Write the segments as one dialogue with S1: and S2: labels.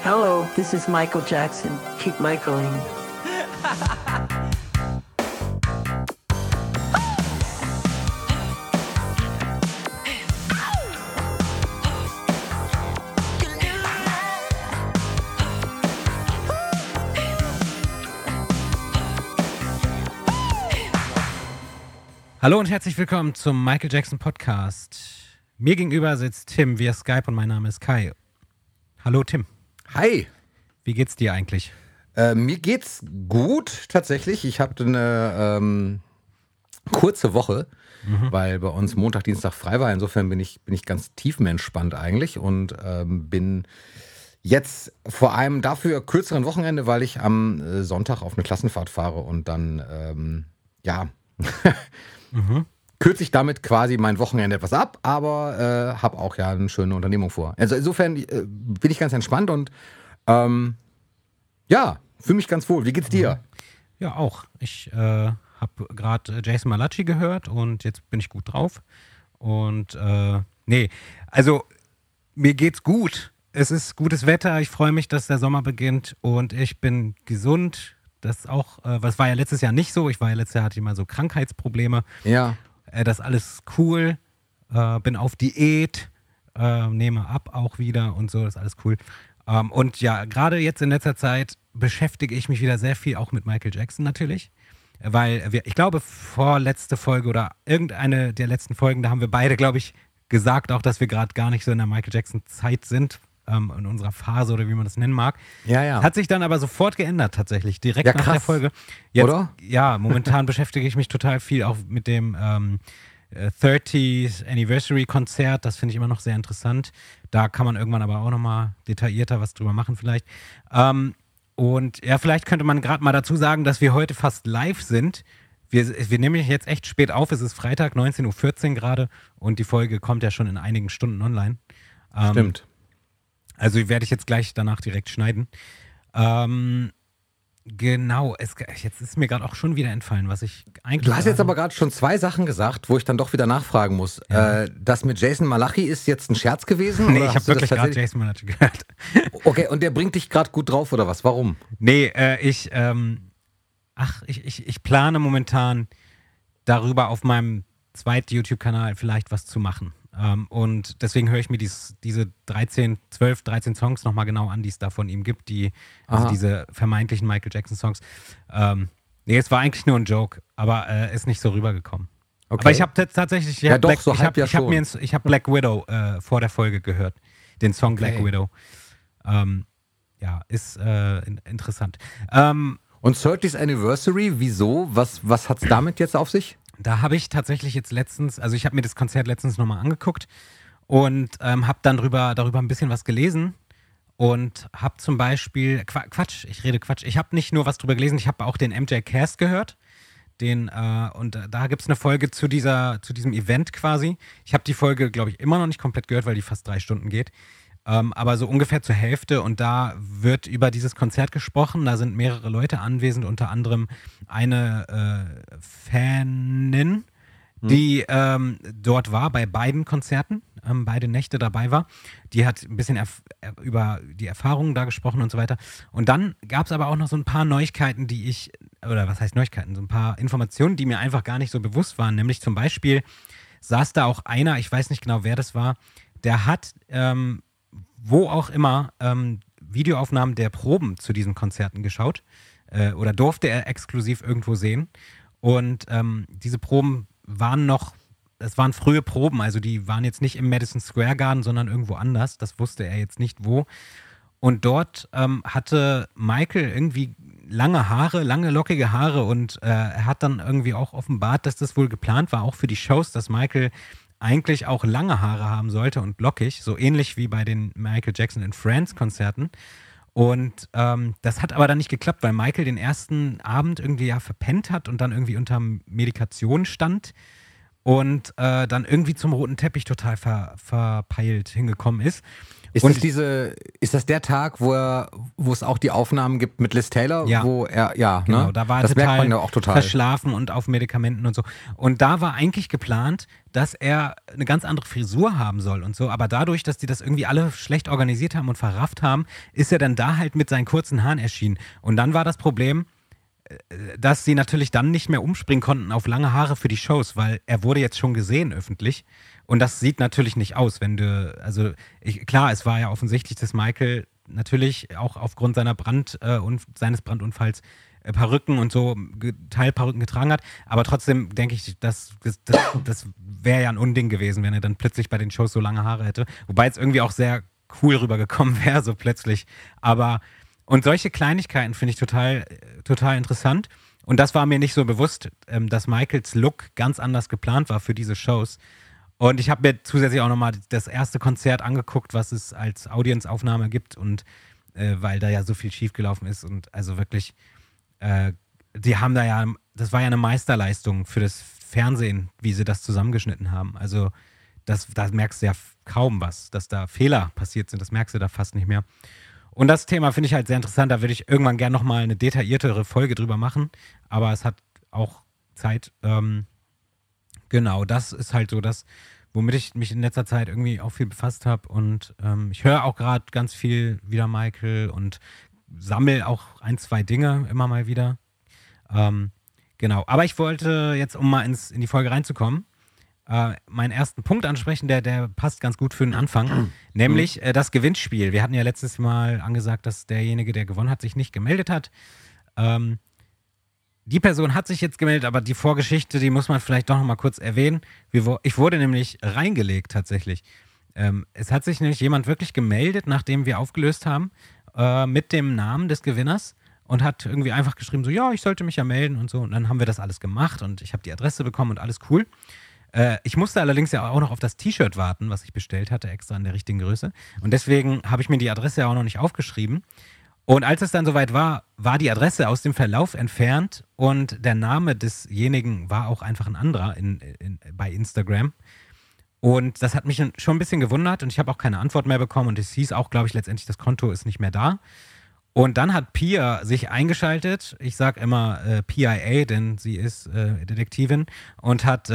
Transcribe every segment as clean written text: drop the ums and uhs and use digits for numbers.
S1: Hello, this is Michael Jackson. Keep Michaeling.
S2: Hallo und herzlich willkommen zum Michael Jackson Podcast. Mir gegenüber sitzt Tim via Skype und mein Name ist Kai. Hallo Tim.
S3: Hi.
S2: Wie geht's dir eigentlich?
S3: Mir geht's gut, tatsächlich. Ich habe eine kurze Woche, weil bei uns Montag, Dienstag frei war. Insofern bin ich ganz tiefenentspannt eigentlich und bin jetzt vor einem dafür kürzeren Wochenende, weil ich am Sonntag auf eine Klassenfahrt fahre und dann, kürze ich damit quasi mein Wochenende etwas ab, aber habe auch ja eine schöne Unternehmung vor. Also insofern bin ich ganz entspannt und fühle mich ganz wohl. Wie geht's dir?
S2: Ja, auch. Ich habe gerade Jason Malachi gehört und jetzt bin ich gut drauf. Und also mir geht's gut. Es ist gutes Wetter. Ich freue mich, dass der Sommer beginnt und ich bin gesund. Das auch, was war ja letztes Jahr nicht so. Ich war ja letztes Jahr, hatte ich mal so Krankheitsprobleme.
S3: Ja.
S2: Das ist alles cool. Bin auf Diät, nehme ab auch wieder und so. Das ist alles cool. Und ja, gerade jetzt in letzter Zeit beschäftige ich mich wieder sehr viel auch mit Michael Jackson natürlich. Weil ich glaube, vorletzte Folge oder irgendeine der letzten Folgen, da haben wir beide, glaube ich, gesagt auch, dass wir gerade gar nicht so in der Michael Jackson-Zeit sind. In unserer Phase oder wie man das nennen mag.
S3: Ja.
S2: Hat sich dann aber sofort geändert tatsächlich, direkt nach
S3: krass.
S2: der Folge. Jetzt,
S3: oder?
S2: Ja, momentan beschäftige ich mich total viel auch mit dem 30th Anniversary Konzert. Das finde ich immer noch sehr interessant. Da kann man irgendwann aber auch nochmal detaillierter was drüber machen vielleicht. Und ja, vielleicht könnte man gerade mal dazu sagen, dass wir heute fast live sind. Wir nehmen jetzt echt spät auf. Es ist Freitag, 19.14 Uhr gerade und die Folge kommt ja schon in einigen Stunden online.
S3: Stimmt.
S2: Also die werde ich jetzt gleich danach direkt schneiden. Genau, jetzt ist mir gerade auch schon wieder entfallen, was ich eigentlich...
S3: Du hast jetzt aber gerade schon 2 Sachen gesagt, wo ich dann doch wieder nachfragen muss.
S2: Ja.
S3: Das mit Jason Malachi ist jetzt ein Scherz gewesen?
S2: Nee,
S3: oder
S2: ich
S3: hast
S2: habe
S3: du das
S2: wirklich gerade
S3: tatsächlich-
S2: Jason Malachi gehört.
S3: Okay, und der bringt dich gerade gut drauf, oder was? Warum?
S2: Nee, ich plane momentan darüber auf meinem zweiten YouTube-Kanal vielleicht was zu machen. Und deswegen höre ich mir diese 12, 13 Songs nochmal genau an, die es da von ihm gibt, also diese vermeintlichen Michael Jackson-Songs. Es war eigentlich nur ein Joke, aber ist nicht so rübergekommen.
S3: Okay.
S2: Aber ich habe tatsächlich, ich
S3: Ja,
S2: habe
S3: doch,
S2: Black,
S3: so
S2: ich
S3: halb
S2: hab,
S3: ja
S2: ich hab
S3: schon.
S2: mir ich hab Black Widow vor der Folge gehört, den Song Black
S3: Okay.
S2: Widow. Ist interessant.
S3: Und 30th Anniversary, wieso? Was hat's damit jetzt auf sich?
S2: Da habe ich tatsächlich jetzt letztens, also ich habe mir das Konzert letztens nochmal angeguckt und habe dann darüber ein bisschen was gelesen und habe zum Beispiel, ich rede Quatsch, ich habe nicht nur was drüber gelesen, ich habe auch den MJ Cast gehört, und da gibt es eine Folge zu diesem Event quasi. Ich habe die Folge, glaube ich, immer noch nicht komplett gehört, weil die fast 3 Stunden geht. Aber so ungefähr zur Hälfte und da wird über dieses Konzert gesprochen, da sind mehrere Leute anwesend, unter anderem eine Fanin, die dort war bei beiden Konzerten, beide Nächte dabei war. Die hat ein bisschen über die Erfahrungen da gesprochen und so weiter. Und dann gab es aber auch noch so ein paar Neuigkeiten, was heißt Neuigkeiten, so ein paar Informationen, die mir einfach gar nicht so bewusst waren. Nämlich zum Beispiel saß da auch einer, ich weiß nicht genau, wer das war, der hat wo auch immer Videoaufnahmen der Proben zu diesen Konzerten geschaut oder durfte er exklusiv irgendwo sehen. Und diese Proben es waren frühe Proben, also die waren jetzt nicht im Madison Square Garden, sondern irgendwo anders. Das wusste er jetzt nicht wo. Und dort hatte Michael irgendwie lange lockige Haare und er hat dann irgendwie auch offenbart, dass das wohl geplant war, auch für die Shows, dass Michael eigentlich auch lange Haare haben sollte und lockig, so ähnlich wie bei den Michael Jackson in Friends Konzerten. Und das hat aber dann nicht geklappt, weil Michael den ersten Abend irgendwie ja verpennt hat und dann irgendwie unter Medikation stand und dann irgendwie zum roten Teppich total verpeilt hingekommen ist.
S3: Ist das der Tag, wo es auch die Aufnahmen gibt mit Liz Taylor?
S2: Ja.
S3: Wo er,
S2: Genau,
S3: ne?
S2: da war er
S3: das merkt man
S2: total,
S3: ja auch total
S2: verschlafen und auf Medikamenten und so. Und da war eigentlich geplant, dass er eine ganz andere Frisur haben soll und so. Aber dadurch, dass die das irgendwie alle schlecht organisiert haben und verrafft haben, ist er dann da halt mit seinen kurzen Haaren erschienen. Und dann war das Problem, dass sie natürlich dann nicht mehr umspringen konnten auf lange Haare für die Shows, weil er wurde jetzt schon gesehen öffentlich. Und das sieht natürlich nicht aus, wenn du, also klar, es war ja offensichtlich, dass Michael natürlich auch aufgrund seiner seines Brandunfalls Perücken und so, Teilperücken getragen hat. Aber trotzdem denke ich, das wäre ja ein Unding gewesen, wenn er dann plötzlich bei den Shows so lange Haare hätte. Wobei es irgendwie auch sehr cool rübergekommen wäre, so plötzlich. Und solche Kleinigkeiten finde ich total interessant. Und das war mir nicht so bewusst, dass Michaels Look ganz anders geplant war für diese Shows. Und ich habe mir zusätzlich auch nochmal das erste Konzert angeguckt, was es als Audience-Aufnahme gibt. Und weil da ja so viel schiefgelaufen ist. Und also wirklich, die haben das war ja eine Meisterleistung für das Fernsehen, wie sie das zusammengeschnitten haben. Also da merkst du ja kaum was, dass da Fehler passiert sind. Das merkst du da fast nicht mehr. Und das Thema finde ich halt sehr interessant. Da würde ich irgendwann gerne nochmal eine detailliertere Folge drüber machen. Aber es hat auch Zeit. Genau, das ist halt so das, womit ich mich in letzter Zeit irgendwie auch viel befasst habe. Und ich höre auch gerade ganz viel wieder Michael und sammle auch 1, 2 Dinge immer mal wieder. Genau, aber ich wollte jetzt, um mal in die Folge reinzukommen, meinen ersten Punkt ansprechen, der passt ganz gut für den Anfang, nämlich das Gewinnspiel. Wir hatten ja letztes Mal angesagt, dass derjenige, der gewonnen hat, sich nicht gemeldet hat. Die Person hat sich jetzt gemeldet, aber die Vorgeschichte, die muss man vielleicht doch noch mal kurz erwähnen. Ich wurde nämlich reingelegt tatsächlich. Es hat sich nämlich jemand wirklich gemeldet, nachdem wir aufgelöst haben, mit dem Namen des Gewinners und hat irgendwie einfach geschrieben, so ja, ich sollte mich ja melden und so. Und dann haben wir das alles gemacht und ich habe die Adresse bekommen und alles cool. Ich musste allerdings ja auch noch auf das T-Shirt warten, was ich bestellt hatte, extra in der richtigen Größe. Und deswegen habe ich mir die Adresse ja auch noch nicht aufgeschrieben. Und als es dann soweit war, war die Adresse aus dem Verlauf entfernt und der Name desjenigen war auch einfach ein anderer bei Instagram. Und das hat mich schon ein bisschen gewundert und ich habe auch keine Antwort mehr bekommen und es hieß auch, glaube ich, letztendlich, das Konto ist nicht mehr da. Und dann hat Pia sich eingeschaltet, ich sage immer PIA, denn sie ist Detektivin und hat,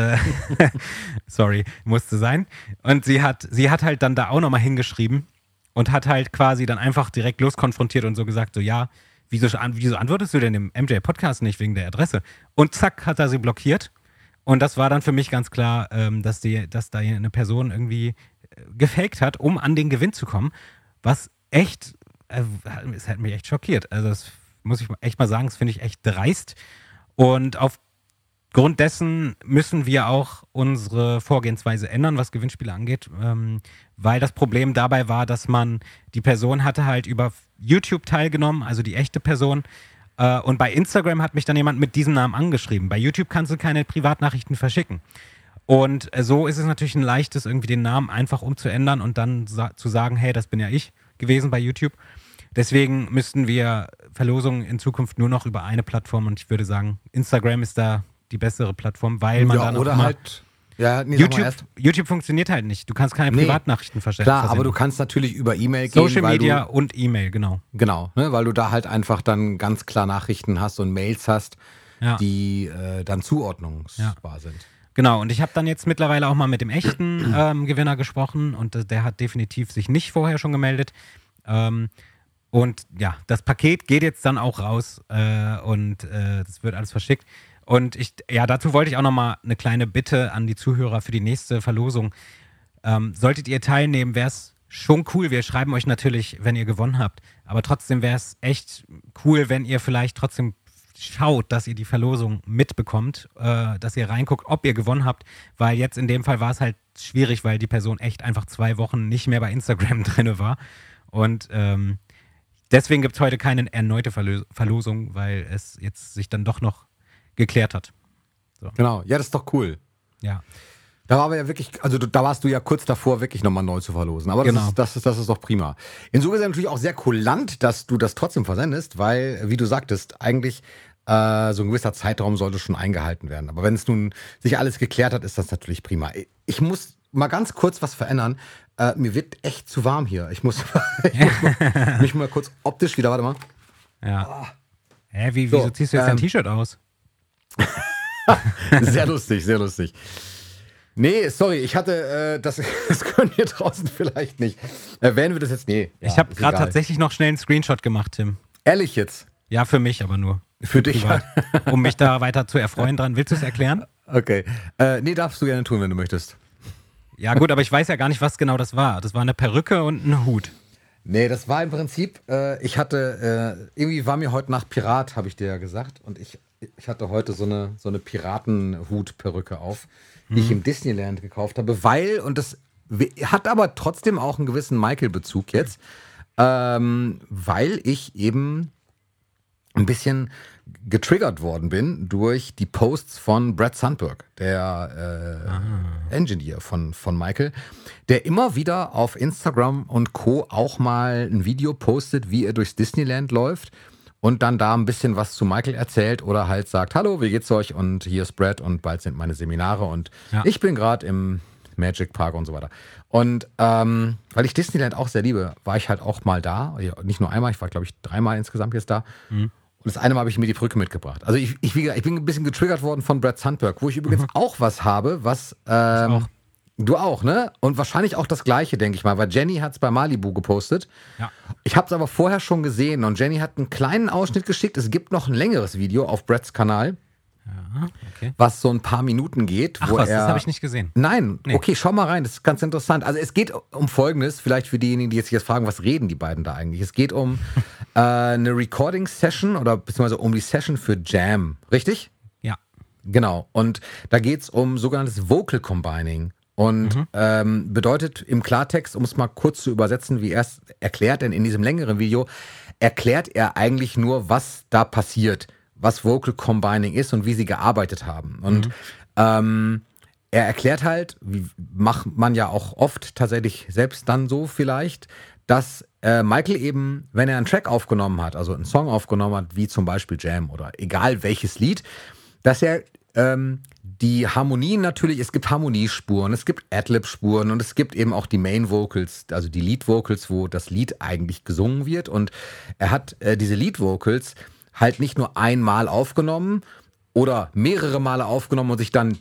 S2: sorry, musste sein, und sie hat halt dann da auch nochmal hingeschrieben und hat halt quasi dann einfach direkt loskonfrontiert und so gesagt, so ja, wieso antwortest du denn im MJ-Podcast nicht wegen der Adresse? Und zack, hat er sie blockiert. Und das war dann für mich ganz klar, dass da eine Person irgendwie gefaked hat, um an den Gewinn zu kommen, was echt, es hat mich echt schockiert. Also das muss ich echt mal sagen, das finde ich echt dreist. Und aufgrund dessen müssen wir auch unsere Vorgehensweise ändern, was Gewinnspiele angeht, weil das Problem dabei war, dass die Person hatte halt über YouTube teilgenommen, also die echte Person, und bei Instagram hat mich dann jemand mit diesem Namen angeschrieben. Bei YouTube kannst du keine Privatnachrichten verschicken. Und so ist es natürlich ein leichtes, irgendwie den Namen einfach umzuändern und dann zu sagen, hey, das bin ja ich gewesen bei YouTube. Deswegen müssten wir Verlosungen in Zukunft nur noch über eine Plattform, und ich würde sagen, Instagram ist da die bessere Plattform, weil man dann
S3: oder
S2: auch
S3: halt
S2: YouTube funktioniert halt nicht. Du kannst keine Privatnachrichten versenden.
S3: Klar, aber du kannst natürlich über E-Mail gehen.
S2: Social Media und E-Mail, genau.
S3: Genau, ne, weil du da halt einfach dann ganz klar Nachrichten hast und Mails hast, die dann zuordnungsbar sind.
S2: Genau, und ich habe dann jetzt mittlerweile auch mal mit dem echten Gewinner gesprochen und der hat definitiv sich nicht vorher schon gemeldet. Und ja, das Paket geht jetzt dann auch raus und das wird alles verschickt. Und dazu wollte ich auch nochmal eine kleine Bitte an die Zuhörer für die nächste Verlosung. Solltet ihr teilnehmen, wäre es schon cool. Wir schreiben euch natürlich, wenn ihr gewonnen habt. Aber trotzdem wäre es echt cool, wenn ihr vielleicht trotzdem schaut, dass ihr die Verlosung mitbekommt, dass ihr reinguckt, ob ihr gewonnen habt. Weil jetzt in dem Fall war es halt schwierig, weil die Person echt einfach 2 Wochen nicht mehr bei Instagram drin war. Und deswegen gibt es heute keine erneute Verlosung, weil es jetzt sich dann doch noch geklärt hat. So.
S3: Genau, ja, das ist doch cool.
S2: Ja.
S3: Da war aber ja wirklich, also da warst du ja kurz davor, wirklich nochmal neu zu verlosen. Aber das ist doch prima. Insofern natürlich auch sehr kulant, dass du das trotzdem versendest, weil, wie du sagtest, eigentlich so ein gewisser Zeitraum sollte schon eingehalten werden. Aber wenn es nun sich alles geklärt hat, ist das natürlich prima. Ich muss mal ganz kurz was verändern. Mir wird echt zu warm hier. Ich muss mich mal kurz optisch wieder, warte mal.
S2: Ja. Hä, wieso ziehst du jetzt dein T-Shirt aus?
S3: Sehr lustig, sehr lustig. Nee, sorry, ich hatte, das können wir draußen vielleicht nicht. Erwähnen wir das jetzt? Nee.
S2: Ich habe gerade tatsächlich noch schnell einen Screenshot gemacht, Tim.
S3: Ehrlich jetzt?
S2: Ja, für mich aber nur.
S3: Für dich?
S2: Um mich da weiter zu erfreuen dran. Willst du es erklären?
S3: Okay. Nee, darfst du gerne tun, wenn du möchtest.
S2: Ja gut, aber ich weiß ja gar nicht, was genau das war. Das war eine Perücke und ein Hut.
S3: Nee, das war im Prinzip, ich hatte, irgendwie war mir heute nach Pirat, habe ich dir ja gesagt. Und ich hatte heute so eine Piratenhut-Perücke auf, die ich im Disneyland gekauft habe, und das hat aber trotzdem auch einen gewissen Michael-Bezug jetzt, weil ich eben ein bisschen getriggert worden bin durch die Posts von Brad Sundberg, der Engineer von Michael, der immer wieder auf Instagram und Co. auch mal ein Video postet, wie er durchs Disneyland läuft und dann da ein bisschen was zu Michael erzählt oder halt sagt, hallo, wie geht's euch und hier ist Brad und bald sind meine Seminare und ich bin gerade im Magic Park und so weiter. Und weil ich Disneyland auch sehr liebe, war ich halt auch mal da, nicht nur einmal, ich war glaube ich 3 Mal insgesamt jetzt da. Und das eine Mal habe ich mir die Brücke mitgebracht. Also ich bin ein bisschen getriggert worden von Brad Sundberg, wo ich übrigens auch was habe, was du auch, ne? Und wahrscheinlich auch das Gleiche, denke ich mal, weil Jenny hat es bei Malibu gepostet. Ja. Ich habe es aber vorher schon gesehen und Jenny hat einen kleinen Ausschnitt geschickt. Es gibt noch ein längeres Video auf Brads Kanal, was so ein paar Minuten geht.
S2: Ach das habe ich nicht gesehen.
S3: Nein, okay, schau mal rein, das ist ganz interessant. Also es geht um Folgendes, vielleicht für diejenigen, die jetzt fragen, was reden die beiden da eigentlich? Es geht um eine Recording-Session oder beziehungsweise um die Session für Jam, richtig?
S2: Ja.
S3: Genau, und da geht es um sogenanntes Vocal Combining. Und bedeutet im Klartext, um es mal kurz zu übersetzen, wie er es erklärt, denn in diesem längeren Video erklärt er eigentlich nur, was da passiert, was Vocal Combining ist und wie sie gearbeitet haben. Und er erklärt halt, wie macht man ja auch oft tatsächlich selbst dann so vielleicht, dass Michael eben, wenn er einen Track aufgenommen hat, also einen Song aufgenommen hat, wie zum Beispiel Jam oder egal welches Lied, dass er die Harmonien natürlich, es gibt Harmoniespuren, es gibt Adlib-Spuren und es gibt eben auch die Main Vocals, also die Lead Vocals, wo das Lied eigentlich gesungen wird. Und er hat diese Lead Vocals halt nicht nur einmal aufgenommen oder mehrere Male aufgenommen und sich dann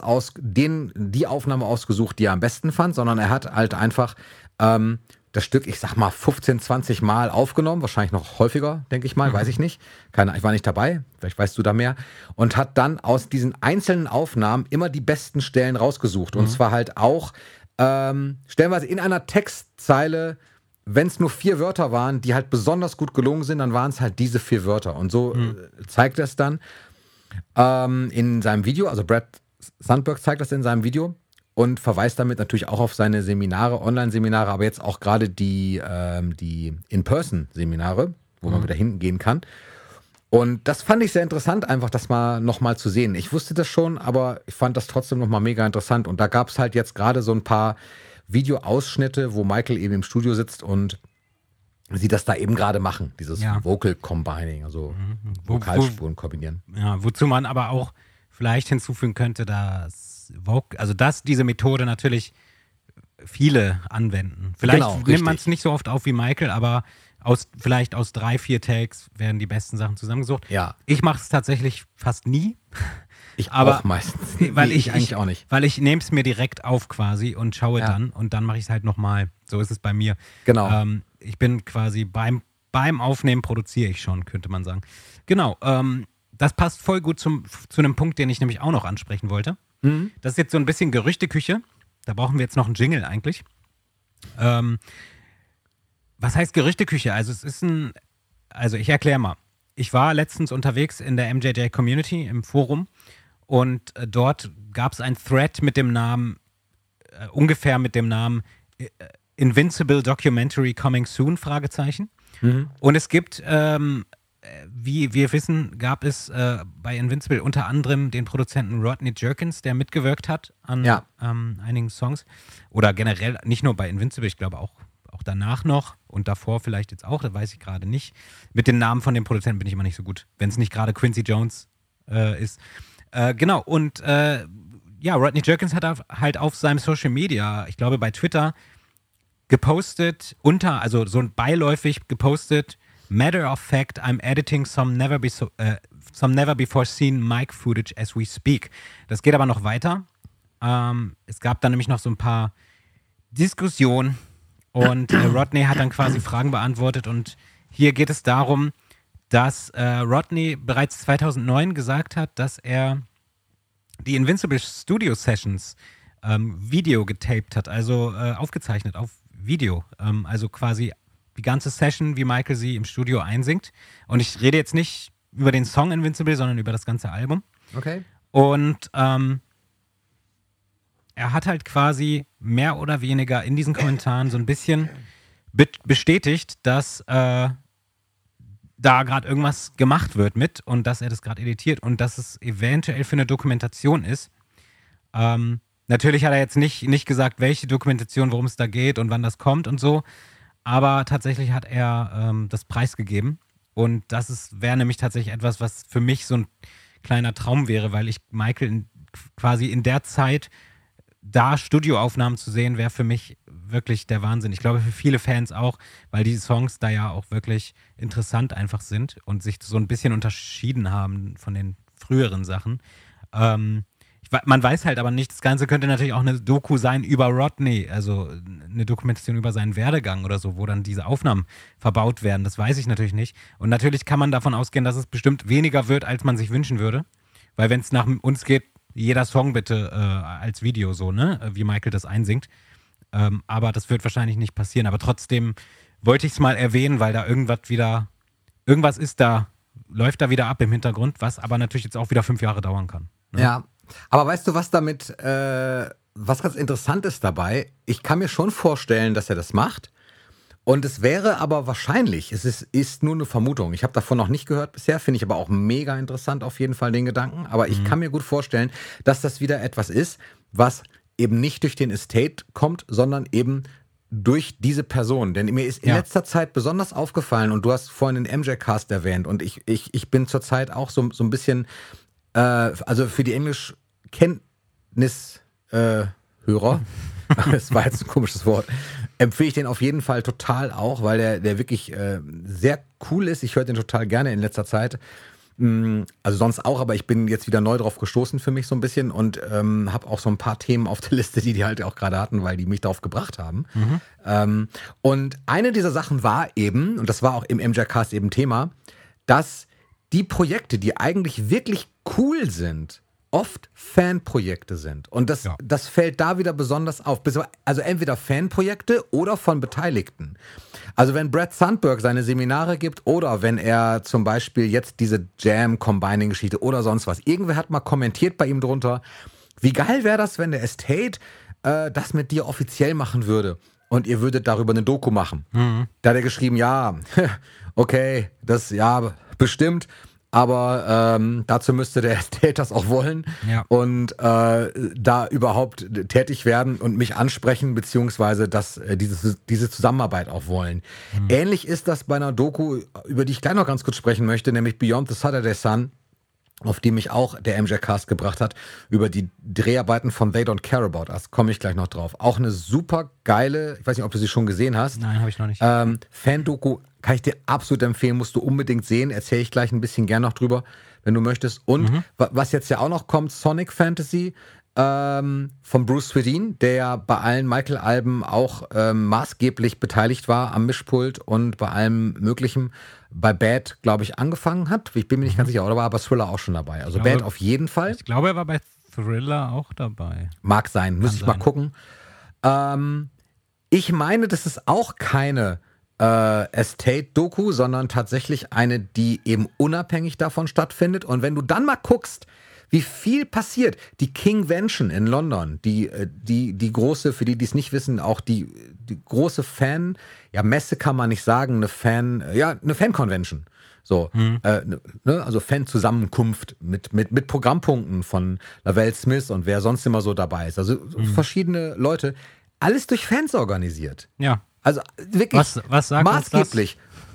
S3: die Aufnahme ausgesucht, die er am besten fand, sondern er hat halt einfach das Stück, ich sag mal 15, 20 Mal aufgenommen, wahrscheinlich noch häufiger, denke ich mal, weiß ich nicht. Ich war nicht dabei, vielleicht weißt du da mehr. Und hat dann aus diesen einzelnen Aufnahmen immer die besten Stellen rausgesucht. Und zwar halt auch stellenweise in einer Textzeile, wenn es nur 4 Wörter waren, die halt besonders gut gelungen sind, dann waren es halt diese 4 Wörter. Und so zeigt er es dann in seinem Video, also Brad Sundberg zeigt das in seinem Video. Und verweist damit natürlich auch auf seine Seminare, Online-Seminare, aber jetzt auch gerade die In-Person-Seminare, wo man wieder hingehen kann. Und das fand ich sehr interessant, einfach das mal nochmal zu sehen. Ich wusste das schon, aber ich fand das trotzdem nochmal mega interessant. Und da gab es halt jetzt gerade so ein paar Videoausschnitte, wo Michael eben im Studio sitzt und sie das da eben gerade machen, dieses Vocal Combining, also Vokalspuren kombinieren.
S2: Ja, wozu man aber auch vielleicht hinzufügen könnte, dass diese Methode natürlich viele anwenden. Vielleicht nimmt man es nicht so oft auf wie Michael, aber vielleicht aus 3, 4 Takes werden die besten Sachen zusammengesucht.
S3: Ja.
S2: Ich mache es tatsächlich fast nie.
S3: Ich auch meistens.
S2: Weil ich
S3: eigentlich auch nicht.
S2: Weil ich nehme es mir direkt auf quasi und schaue dann und dann mache ich es halt nochmal. So ist es bei mir.
S3: Genau.
S2: Ich bin quasi beim Aufnehmen produziere ich schon, könnte man sagen. Genau. Das passt voll gut zu einem Punkt, den ich nämlich auch noch ansprechen wollte. Das ist jetzt so ein bisschen Gerüchteküche. Da brauchen wir jetzt noch einen Jingle eigentlich. Was heißt Gerüchteküche? Also ich erkläre mal. Ich war letztens unterwegs in der MJJ-Community im Forum und dort gab es ein Thread mit dem Namen, ungefähr mit dem Namen Invincible Documentary Coming Soon, Fragezeichen. Und es gibt wie wir wissen, gab es bei Invincible unter anderem den Produzenten Rodney Jerkins, der mitgewirkt hat an einigen Songs. Oder generell, nicht nur bei Invincible, ich glaube auch danach noch und davor vielleicht jetzt auch, das weiß ich gerade nicht. Mit den Namen von den Produzenten bin ich immer nicht so gut, wenn es nicht gerade Quincy Jones ist. Genau, und Rodney Jerkins hat halt auf seinem Social Media, ich glaube bei Twitter, gepostet, also so beiläufig gepostet, Matter of fact, I'm editing some never before seen mic footage as we speak. Das geht aber noch weiter. Es gab dann nämlich noch so ein paar Diskussionen und Rodney hat dann quasi Fragen beantwortet und hier geht es darum, dass Rodney bereits 2009 gesagt hat, dass er die Invincible Studio Sessions Video getaped hat, also aufgezeichnet auf Video. Also quasi die ganze Session, wie Michael sie im Studio einsingt. Und ich rede jetzt nicht über den Song Invincible, sondern über das ganze Album.
S3: Okay.
S2: Und er hat halt quasi mehr oder weniger in diesen Kommentaren so ein bisschen bestätigt, dass da gerade irgendwas gemacht wird mit und dass er das gerade editiert und dass es eventuell für eine Dokumentation ist. Natürlich hat er jetzt nicht gesagt, welche Dokumentation, worum es da geht und wann das kommt und so, aber tatsächlich hat er das preisgegeben und das wäre nämlich tatsächlich etwas, was für mich so ein kleiner Traum wäre, weil ich Michael quasi in der Zeit da Studioaufnahmen zu sehen, wäre für mich wirklich der Wahnsinn. Ich glaube für viele Fans auch, weil die Songs da ja auch wirklich interessant einfach sind und sich so ein bisschen unterschieden haben von den früheren Sachen. Man weiß halt aber nicht, das Ganze könnte natürlich auch eine Doku sein über Rodney, also eine Dokumentation über seinen Werdegang oder so, wo dann diese Aufnahmen verbaut werden. Das weiß ich natürlich nicht. Und natürlich kann man davon ausgehen, dass es bestimmt weniger wird, als man sich wünschen würde. Weil wenn es nach uns geht, jeder Song bitte als Video so, ne? Wie Michael das einsingt. Aber das wird wahrscheinlich nicht passieren. Aber trotzdem wollte ich es mal erwähnen, weil da irgendwas ist da, läuft da wieder ab im Hintergrund, was aber natürlich jetzt auch wieder 5 Jahre dauern kann. Ne?
S3: Ja, aber weißt du, was damit, was ganz interessant ist dabei? Ich kann mir schon vorstellen, dass er das macht. Und es wäre aber wahrscheinlich, es ist nur eine Vermutung. Ich habe davon noch nicht gehört bisher, finde ich aber auch mega interessant auf jeden Fall den Gedanken. Aber ich kann mir gut vorstellen, dass das wieder etwas ist, was eben nicht durch den Estate kommt, sondern eben durch diese Person. Denn mir ist in letzter Zeit besonders aufgefallen, und du hast vorhin den MJ-Cast erwähnt, und ich bin zurzeit auch so ein bisschen, also für die Englischkenntnishörer, das war jetzt ein komisches Wort, empfehle ich den auf jeden Fall total auch, weil der wirklich sehr cool ist. Ich höre den total gerne in letzter Zeit. Also sonst auch, aber ich bin jetzt wieder neu drauf gestoßen für mich so ein bisschen und habe auch so ein paar Themen auf der Liste, die halt auch gerade hatten, weil die mich darauf gebracht haben. Und eine dieser Sachen war eben, und das war auch im MJ-Cast eben Thema, dass die Projekte, die eigentlich wirklich cool sind, oft Fanprojekte sind. Und das fällt da wieder besonders auf. Also entweder Fanprojekte oder von Beteiligten. Also wenn Brad Sandberg seine Seminare gibt oder wenn er zum Beispiel jetzt diese Jam-Combining-Geschichte oder sonst was. Irgendwer hat mal kommentiert bei ihm drunter, wie geil wäre das, wenn der Estate das mit dir offiziell machen würde und ihr würdet darüber eine Doku machen. Da hat er geschrieben, ja, okay, das, ja, bestimmt. Aber dazu müsste der Estate das auch wollen und da überhaupt tätig werden und mich ansprechen, beziehungsweise diese Zusammenarbeit auch wollen. Ähnlich ist das bei einer Doku, über die ich gleich noch ganz kurz sprechen möchte, nämlich Beyond the Saturday Sun, auf die mich auch der MJ-Cast gebracht hat, über die Dreharbeiten von They Don't Care About Us, komme ich gleich noch drauf. Auch eine super geile, ich weiß nicht, ob du sie schon gesehen hast.
S2: Nein, habe ich noch nicht.
S3: Fan-Doku kann ich dir absolut empfehlen, musst du unbedingt sehen, erzähle ich gleich ein bisschen gern noch drüber, wenn du möchtest. Und was jetzt ja auch noch kommt, Sonic Fantasy von Bruce Swedien, der ja bei allen Michael-Alben auch maßgeblich beteiligt war am Mischpult und bei allem Möglichen. Bei Bad, glaube ich, angefangen hat. Ich bin mir nicht ganz sicher, oder war aber Thriller auch schon dabei? Also Bad auf jeden Fall.
S2: Ich glaube, er war bei Thriller auch dabei.
S3: Mag sein, müsste ich mal gucken. Ich meine, das ist auch keine Estate-Doku, sondern tatsächlich eine, die eben unabhängig davon stattfindet. Und wenn du dann mal guckst, wie viel passiert. Die Kingvention in London, die große, für die es nicht wissen, auch die große Messe kann man nicht sagen, eine Fan-Convention. So, also Fan-Zusammenkunft mit Programmpunkten von Lavelle Smith und wer sonst immer so dabei ist. Also verschiedene Leute, alles durch Fans organisiert.
S2: Ja.
S3: Also wirklich
S2: was sagt
S3: maßgeblich.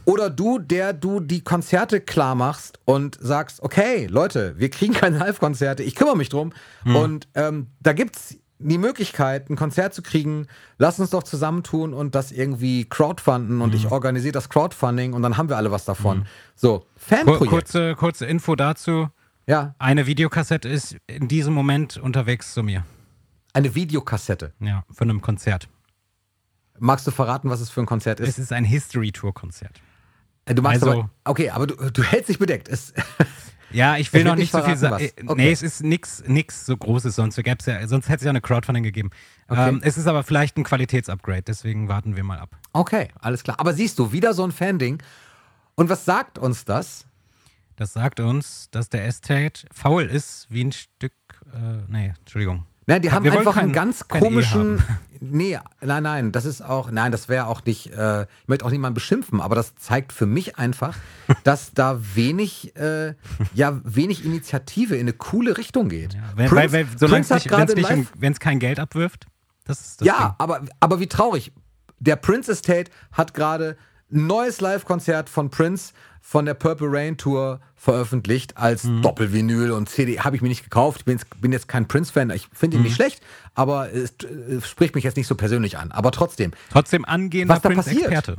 S3: Oder du, der du die Konzerte klar machst und sagst, okay, Leute, wir kriegen keine Live-Konzerte, ich kümmere mich drum. Und da gibt's die Möglichkeit, ein Konzert zu kriegen, lass uns doch zusammentun und das irgendwie crowdfunden und ich organisiere das Crowdfunding und dann haben wir alle was davon. So, Fanprojekt.
S2: Kurze Info dazu.
S3: Ja,
S2: Eine Videokassette ist in diesem Moment unterwegs zu mir.
S3: eine Videokassette.
S2: Ja, von einem Konzert.
S3: Magst du verraten, was es für ein Konzert ist?
S2: Es ist ein
S3: Du
S2: History-Tour-Konzert.
S3: magst
S2: also-
S3: aber, okay, aber du hältst dich bedeckt.
S2: Ja, ich will
S3: Es wird
S2: noch nicht so viel
S3: verraten,
S2: sagen.
S3: was. Okay.
S2: Nee, es ist nix so Großes, sonst hätte es ja eine Crowdfunding gegeben.
S3: Okay.
S2: Es ist aber vielleicht ein Qualitätsupgrade, deswegen warten wir mal ab.
S3: Okay, alles klar. Aber siehst du, wieder so ein Fan-Ding. Und was sagt uns das?
S2: Das sagt uns, dass der Estate faul ist wie ein Stück. Entschuldigung.
S3: Nein, die haben
S2: Wir wollen
S3: einfach einen
S2: kein-
S3: ganz
S2: kein E
S3: komischen.
S2: haben.
S3: Nee, nein, das ist auch. Nein, das wäre auch nicht. Ich möchte auch niemanden beschimpfen, aber das zeigt für mich einfach, dass da wenig Initiative in eine coole Richtung geht.
S2: Ja,
S3: Prince hat gerade live.
S2: wenn es kein Geld abwirft, das ist das
S3: Ja, aber wie traurig. Der Prince Estate hat gerade ein neues Live-Konzert von Prince von der Purple Rain Tour veröffentlicht als Doppelvinyl und CD. Habe ich mir nicht gekauft. Ich bin jetzt kein Prince-Fan. Ich finde ihn nicht schlecht, aber es spricht mich jetzt nicht so persönlich an. Aber trotzdem,
S2: Ding. Trotzdem angehender
S3: Was da passiert?
S2: Prince-Experte.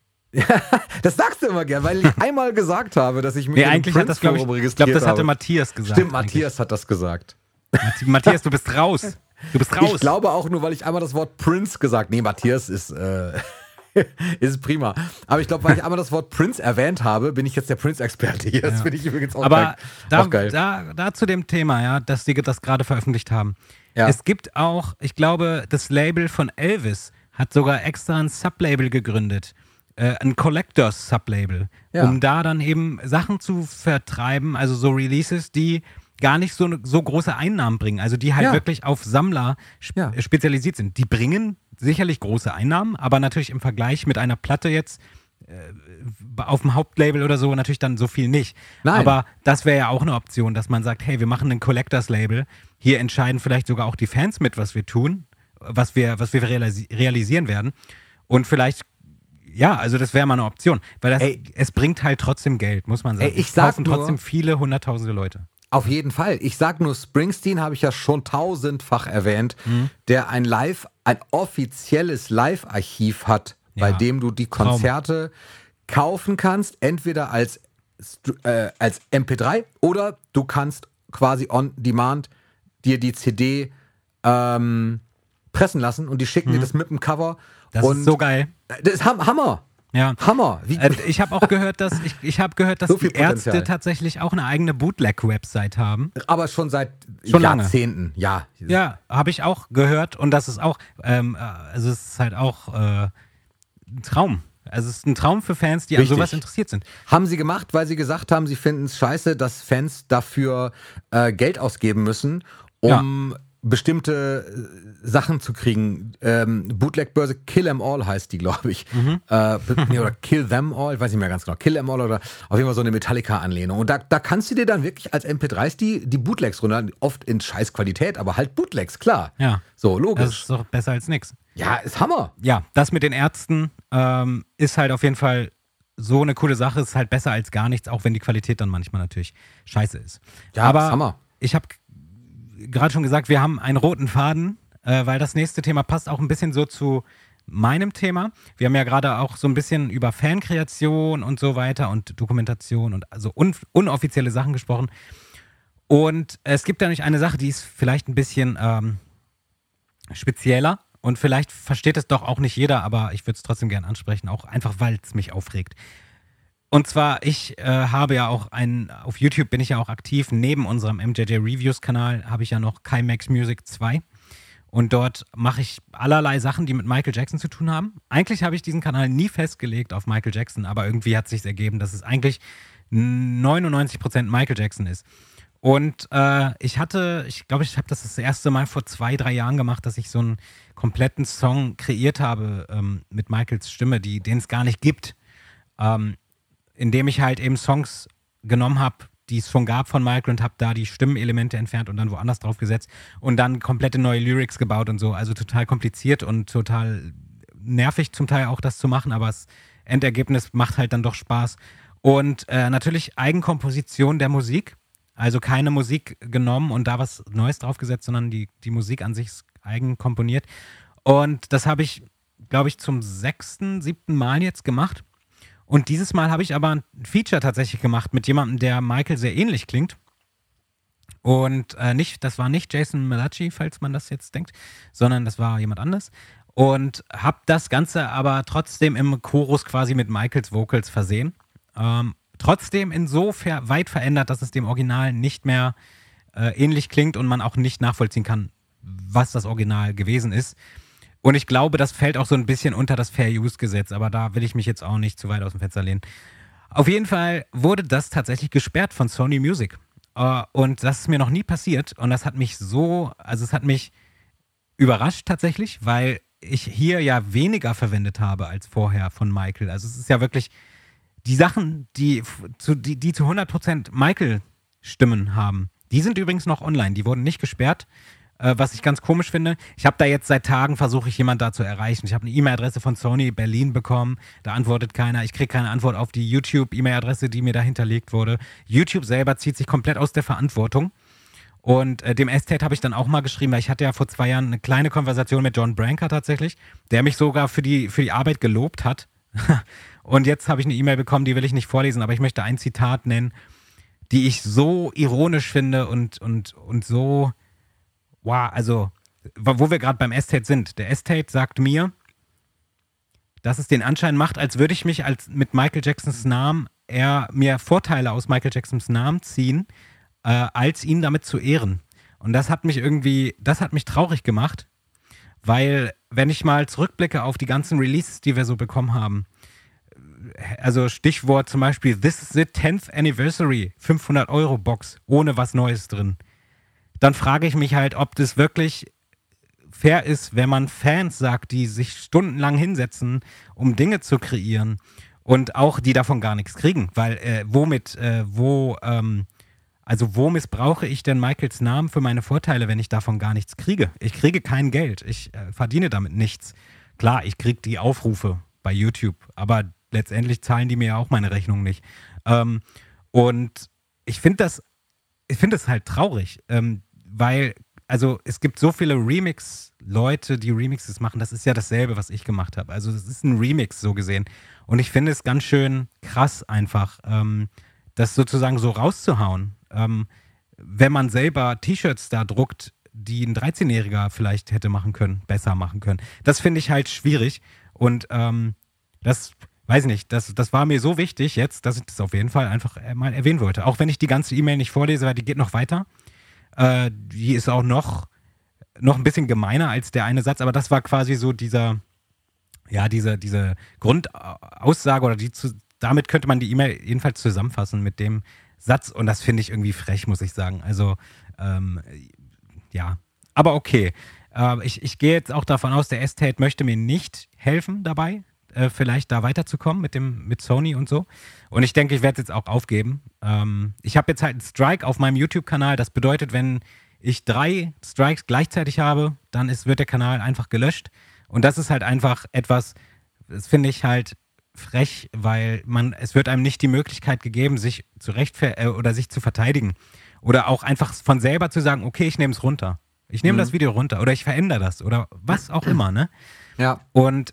S3: das sagst du immer gern, weil ich einmal gesagt habe, dass ich mich
S2: Nee,
S3: in einem
S2: eigentlich hat das, glaube
S3: Prince-Forum
S2: ich,
S3: registriert
S2: das hatte
S3: habe.
S2: Matthias gesagt.
S3: Stimmt, Matthias hat das gesagt.
S2: Matthias, du bist raus. Du bist raus.
S3: Ich glaube auch nur, weil ich einmal das Wort Prince gesagt habe. Nee, Matthias ist prima. Aber ich glaube, weil ich einmal das Wort Prince erwähnt habe, bin ich jetzt der Prince-Experte hier. Das finde ich übrigens auch
S2: Aber
S3: geil.
S2: da zu dem Thema, ja, dass sie das gerade veröffentlicht haben.
S3: Ja.
S2: Es gibt auch, ich glaube, das Label von Elvis hat sogar extra ein Sublabel gegründet. Ein Collectors Sublabel,
S3: Ja.
S2: um da dann eben Sachen zu vertreiben, also so Releases, die gar nicht so große Einnahmen bringen, also die halt
S3: Ja.
S2: wirklich auf Sammler
S3: Ja.
S2: spezialisiert sind. Die bringen sicherlich große Einnahmen, aber natürlich im Vergleich mit einer Platte jetzt auf dem Hauptlabel oder so natürlich dann so viel nicht.
S3: Nein.
S2: Aber das wäre ja auch eine Option, dass man sagt, hey, wir machen ein Collectors-Label, hier entscheiden vielleicht sogar auch die Fans mit, was wir tun, was wir realisieren werden und vielleicht ja, also das wäre mal eine Option, weil es bringt halt trotzdem Geld, muss man sagen.
S3: Ich sag
S2: kaufen
S3: nur-
S2: trotzdem viele hunderttausende Leute.
S3: Auf jeden Fall. Ich sag nur, Springsteen habe ich ja schon tausendfach erwähnt, der ein offizielles Live-Archiv hat, bei
S2: Ja.
S3: dem du die Konzerte kaufen kannst, entweder als MP3 oder du kannst quasi on demand dir die CD pressen lassen und die schicken dir das mit dem Cover.
S2: Das
S3: und
S2: ist so geil.
S3: Das ist Hammer.
S2: Ja.
S3: Hammer.
S2: Ich habe auch gehört, dass
S3: So viel
S2: die Ärzte
S3: Potenzial.
S2: tatsächlich auch eine eigene Bootleg-Website haben.
S3: Aber schon seit
S2: Schon lange.
S3: Jahrzehnten, ja.
S2: Ja, habe ich auch gehört und das ist auch, also es ist halt auch ein Traum. Also es ist ein Traum für Fans, die an
S3: Richtig.
S2: sowas interessiert sind.
S3: Haben sie gemacht, weil sie gesagt haben, sie finden es scheiße, dass Fans dafür Geld ausgeben müssen, um bestimmte Sachen zu kriegen. Bootleg-Börse Kill 'Em All heißt die, glaube ich. Oder Kill Them All, ich weiß nicht mehr ganz genau. Kill 'Em All oder auf jeden Fall so eine Metallica-Anlehnung. Und da kannst du dir dann wirklich als MP3s die Bootlegs runter, oft in Scheißqualität, aber halt Bootlegs, klar.
S2: Ja.
S3: So,
S2: Das
S3: logisch.
S2: ist doch besser als nichts.
S3: Ja, ist Hammer.
S2: Ja, das mit den Ärzten ist halt auf jeden Fall so eine coole Sache, ist halt besser als gar nichts, auch wenn die Qualität dann manchmal natürlich scheiße ist.
S3: Ja,
S2: aber
S3: ist Hammer.
S2: ich habe gerade schon gesagt, wir haben einen roten Faden, weil das nächste Thema passt auch ein bisschen so zu meinem Thema. Wir haben ja gerade auch so ein bisschen über Fankreation und so weiter und Dokumentation und also unoffizielle Sachen gesprochen. Und es gibt ja nicht eine Sache, die ist vielleicht ein bisschen spezieller und vielleicht versteht es doch auch nicht jeder, aber ich würde es trotzdem gerne ansprechen, auch einfach, weil es mich aufregt. Und zwar, ich habe ja auch auf YouTube bin ich ja auch aktiv, neben unserem MJJ Reviews Kanal habe ich ja noch Kimax Music 2 und dort mache ich allerlei Sachen, die mit Michael Jackson zu tun haben. Eigentlich habe ich diesen Kanal nie festgelegt auf Michael Jackson, aber irgendwie hat es sich ergeben, dass es eigentlich 99% Michael Jackson ist. Und ich glaube, ich habe das erste Mal vor 2-3 Jahren gemacht, dass ich so einen kompletten Song kreiert habe mit Michaels Stimme, den es gar nicht gibt. Indem ich halt eben Songs genommen habe, die es schon gab von Michael und habe da die Stimmenelemente entfernt und dann woanders drauf gesetzt und dann komplette neue Lyrics gebaut und so. Also total kompliziert und total nervig zum Teil auch das zu machen, aber es Endergebnis macht halt dann doch Spaß. Und natürlich Eigenkomposition der Musik. Also keine Musik genommen und da was Neues draufgesetzt, sondern die Musik an sich ist eigen komponiert. Und das habe ich, glaube ich, zum 6., 7. Mal jetzt gemacht. Und dieses Mal habe ich aber ein Feature tatsächlich gemacht mit jemandem, der Michael sehr ähnlich klingt. Und das war nicht Jason Malachi, falls man das jetzt denkt, sondern das war jemand anderes. Und habe das Ganze aber trotzdem im Chorus quasi mit Michaels Vocals versehen. Trotzdem insofern weit verändert, dass es dem Original nicht mehr ähnlich klingt und man auch nicht nachvollziehen kann, was das Original gewesen ist. Und ich glaube, das fällt auch so ein bisschen unter das Fair-Use-Gesetz, aber da will ich mich jetzt auch nicht zu weit aus dem Fenster lehnen. Auf jeden Fall wurde das tatsächlich gesperrt von Sony Music. Und das ist mir noch nie passiert und das hat mich es hat mich überrascht tatsächlich, weil ich hier ja weniger verwendet habe als vorher von Michael. Also es ist ja wirklich die Sachen, die zu 100% Michael-Stimmen haben, die sind übrigens noch online, die wurden nicht gesperrt. Was ich ganz komisch finde, ich habe da jetzt seit Tagen versuche ich jemanden da zu erreichen. Ich habe eine E-Mail-Adresse von Sony Berlin bekommen, da antwortet keiner. Ich kriege keine Antwort auf die YouTube-E-Mail-Adresse, die mir da hinterlegt wurde. YouTube selber zieht sich komplett aus der Verantwortung. Und dem Estate habe ich dann auch mal geschrieben, weil ich hatte ja vor 2 Jahren eine kleine Konversation mit John Branca tatsächlich, der mich sogar für die Arbeit gelobt hat. Und jetzt habe ich eine E-Mail bekommen, die will ich nicht vorlesen, aber ich möchte ein Zitat nennen, die ich so ironisch finde und so... Wow, also, wo wir gerade beim Estate sind. Der Estate sagt mir, dass es den Anschein macht, als würde ich mich mit Michael Jacksons Namen mir Vorteile aus Michael Jacksons Namen ziehen, als ihn damit zu ehren. Und das hat mich traurig gemacht, weil, wenn ich mal zurückblicke auf die ganzen Releases, die wir so bekommen haben, also Stichwort zum Beispiel This is the 10th Anniversary, 500-Euro-Box, ohne was Neues drin. Dann frage ich mich halt, ob das wirklich fair ist, wenn man Fans sagt, die sich stundenlang hinsetzen, um Dinge zu kreieren und auch die davon gar nichts kriegen. Weil wo missbrauche ich denn Michaels Namen für meine Vorteile, wenn ich davon gar nichts kriege? Ich kriege kein Geld, ich verdiene damit nichts. Klar, ich kriege die Aufrufe bei YouTube, aber letztendlich zahlen die mir ja auch meine Rechnung nicht. Und ich finde das halt traurig, weil, also es gibt so viele Remix-Leute, die Remixes machen, das ist ja dasselbe, was ich gemacht habe. Also das ist ein Remix so gesehen. Und ich finde es ganz schön krass einfach, das sozusagen so rauszuhauen. Wenn man selber T-Shirts da druckt, die ein 13-Jähriger vielleicht hätte besser machen können. Das finde ich halt schwierig. Und das, weiß ich nicht, das war mir so wichtig jetzt, dass ich das auf jeden Fall einfach mal erwähnen wollte. Auch wenn ich die ganze E-Mail nicht vorlese, weil die geht noch weiter. Die ist auch noch ein bisschen gemeiner als der eine Satz, aber das war quasi so diese Grundaussage oder damit könnte man die E-Mail jedenfalls zusammenfassen mit dem Satz und das finde ich irgendwie frech, muss ich sagen. Also, ja, aber okay. Ich gehe jetzt auch davon aus, der Estate möchte mir nicht helfen dabei, vielleicht da weiterzukommen mit Sony und so. Und ich denke, ich werde es jetzt auch aufgeben. Ich habe jetzt halt einen Strike auf meinem YouTube-Kanal. Das bedeutet, wenn ich 3 Strikes gleichzeitig habe, dann wird der Kanal einfach gelöscht. Und das ist halt einfach etwas, das finde ich halt frech, weil es wird einem nicht die Möglichkeit gegeben, sich zu verteidigen. Oder auch einfach von selber zu sagen, okay, ich nehme es runter. Ich nehme das Video runter oder ich verändere das oder was auch immer, ne?
S3: Ja.
S2: Und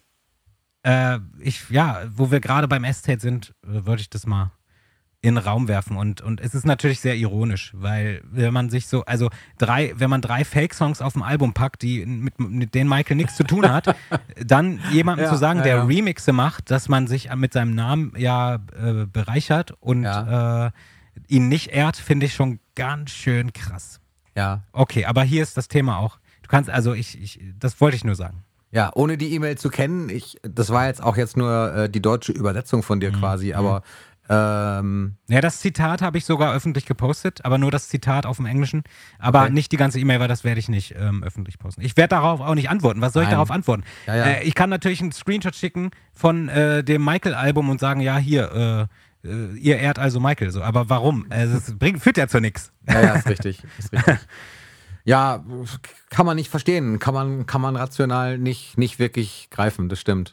S2: wo wir gerade beim Estate sind, würde ich das mal in den Raum werfen. Und es ist natürlich sehr ironisch, weil wenn man sich so, also wenn man 3 Fake-Songs auf dem Album packt, die mit denen Michael nichts zu tun hat, dann jemandem zu sagen, der Remixe macht, dass man sich mit seinem Namen bereichert und ihn nicht ehrt, finde ich schon ganz schön krass.
S3: Ja.
S2: Okay, aber hier ist das Thema auch. Du kannst, also das wollte ich nur sagen.
S3: Ja, ohne die E-Mail zu kennen, das war jetzt nur die deutsche Übersetzung von dir quasi, aber
S2: das Zitat habe ich sogar öffentlich gepostet, aber nur das Zitat auf dem Englischen, aber nicht die ganze E-Mail, weil das werde ich nicht öffentlich posten. Ich werde darauf auch nicht antworten. Was soll ich darauf antworten? Ja. Ich kann natürlich einen Screenshot schicken von dem Michael-Album und sagen, ja, hier, ihr ehrt also Michael, so. Aber warum? Das führt ja zu nichts.
S3: Ja, ist richtig. Ja, kann man nicht verstehen, kann man rational nicht wirklich greifen, das stimmt.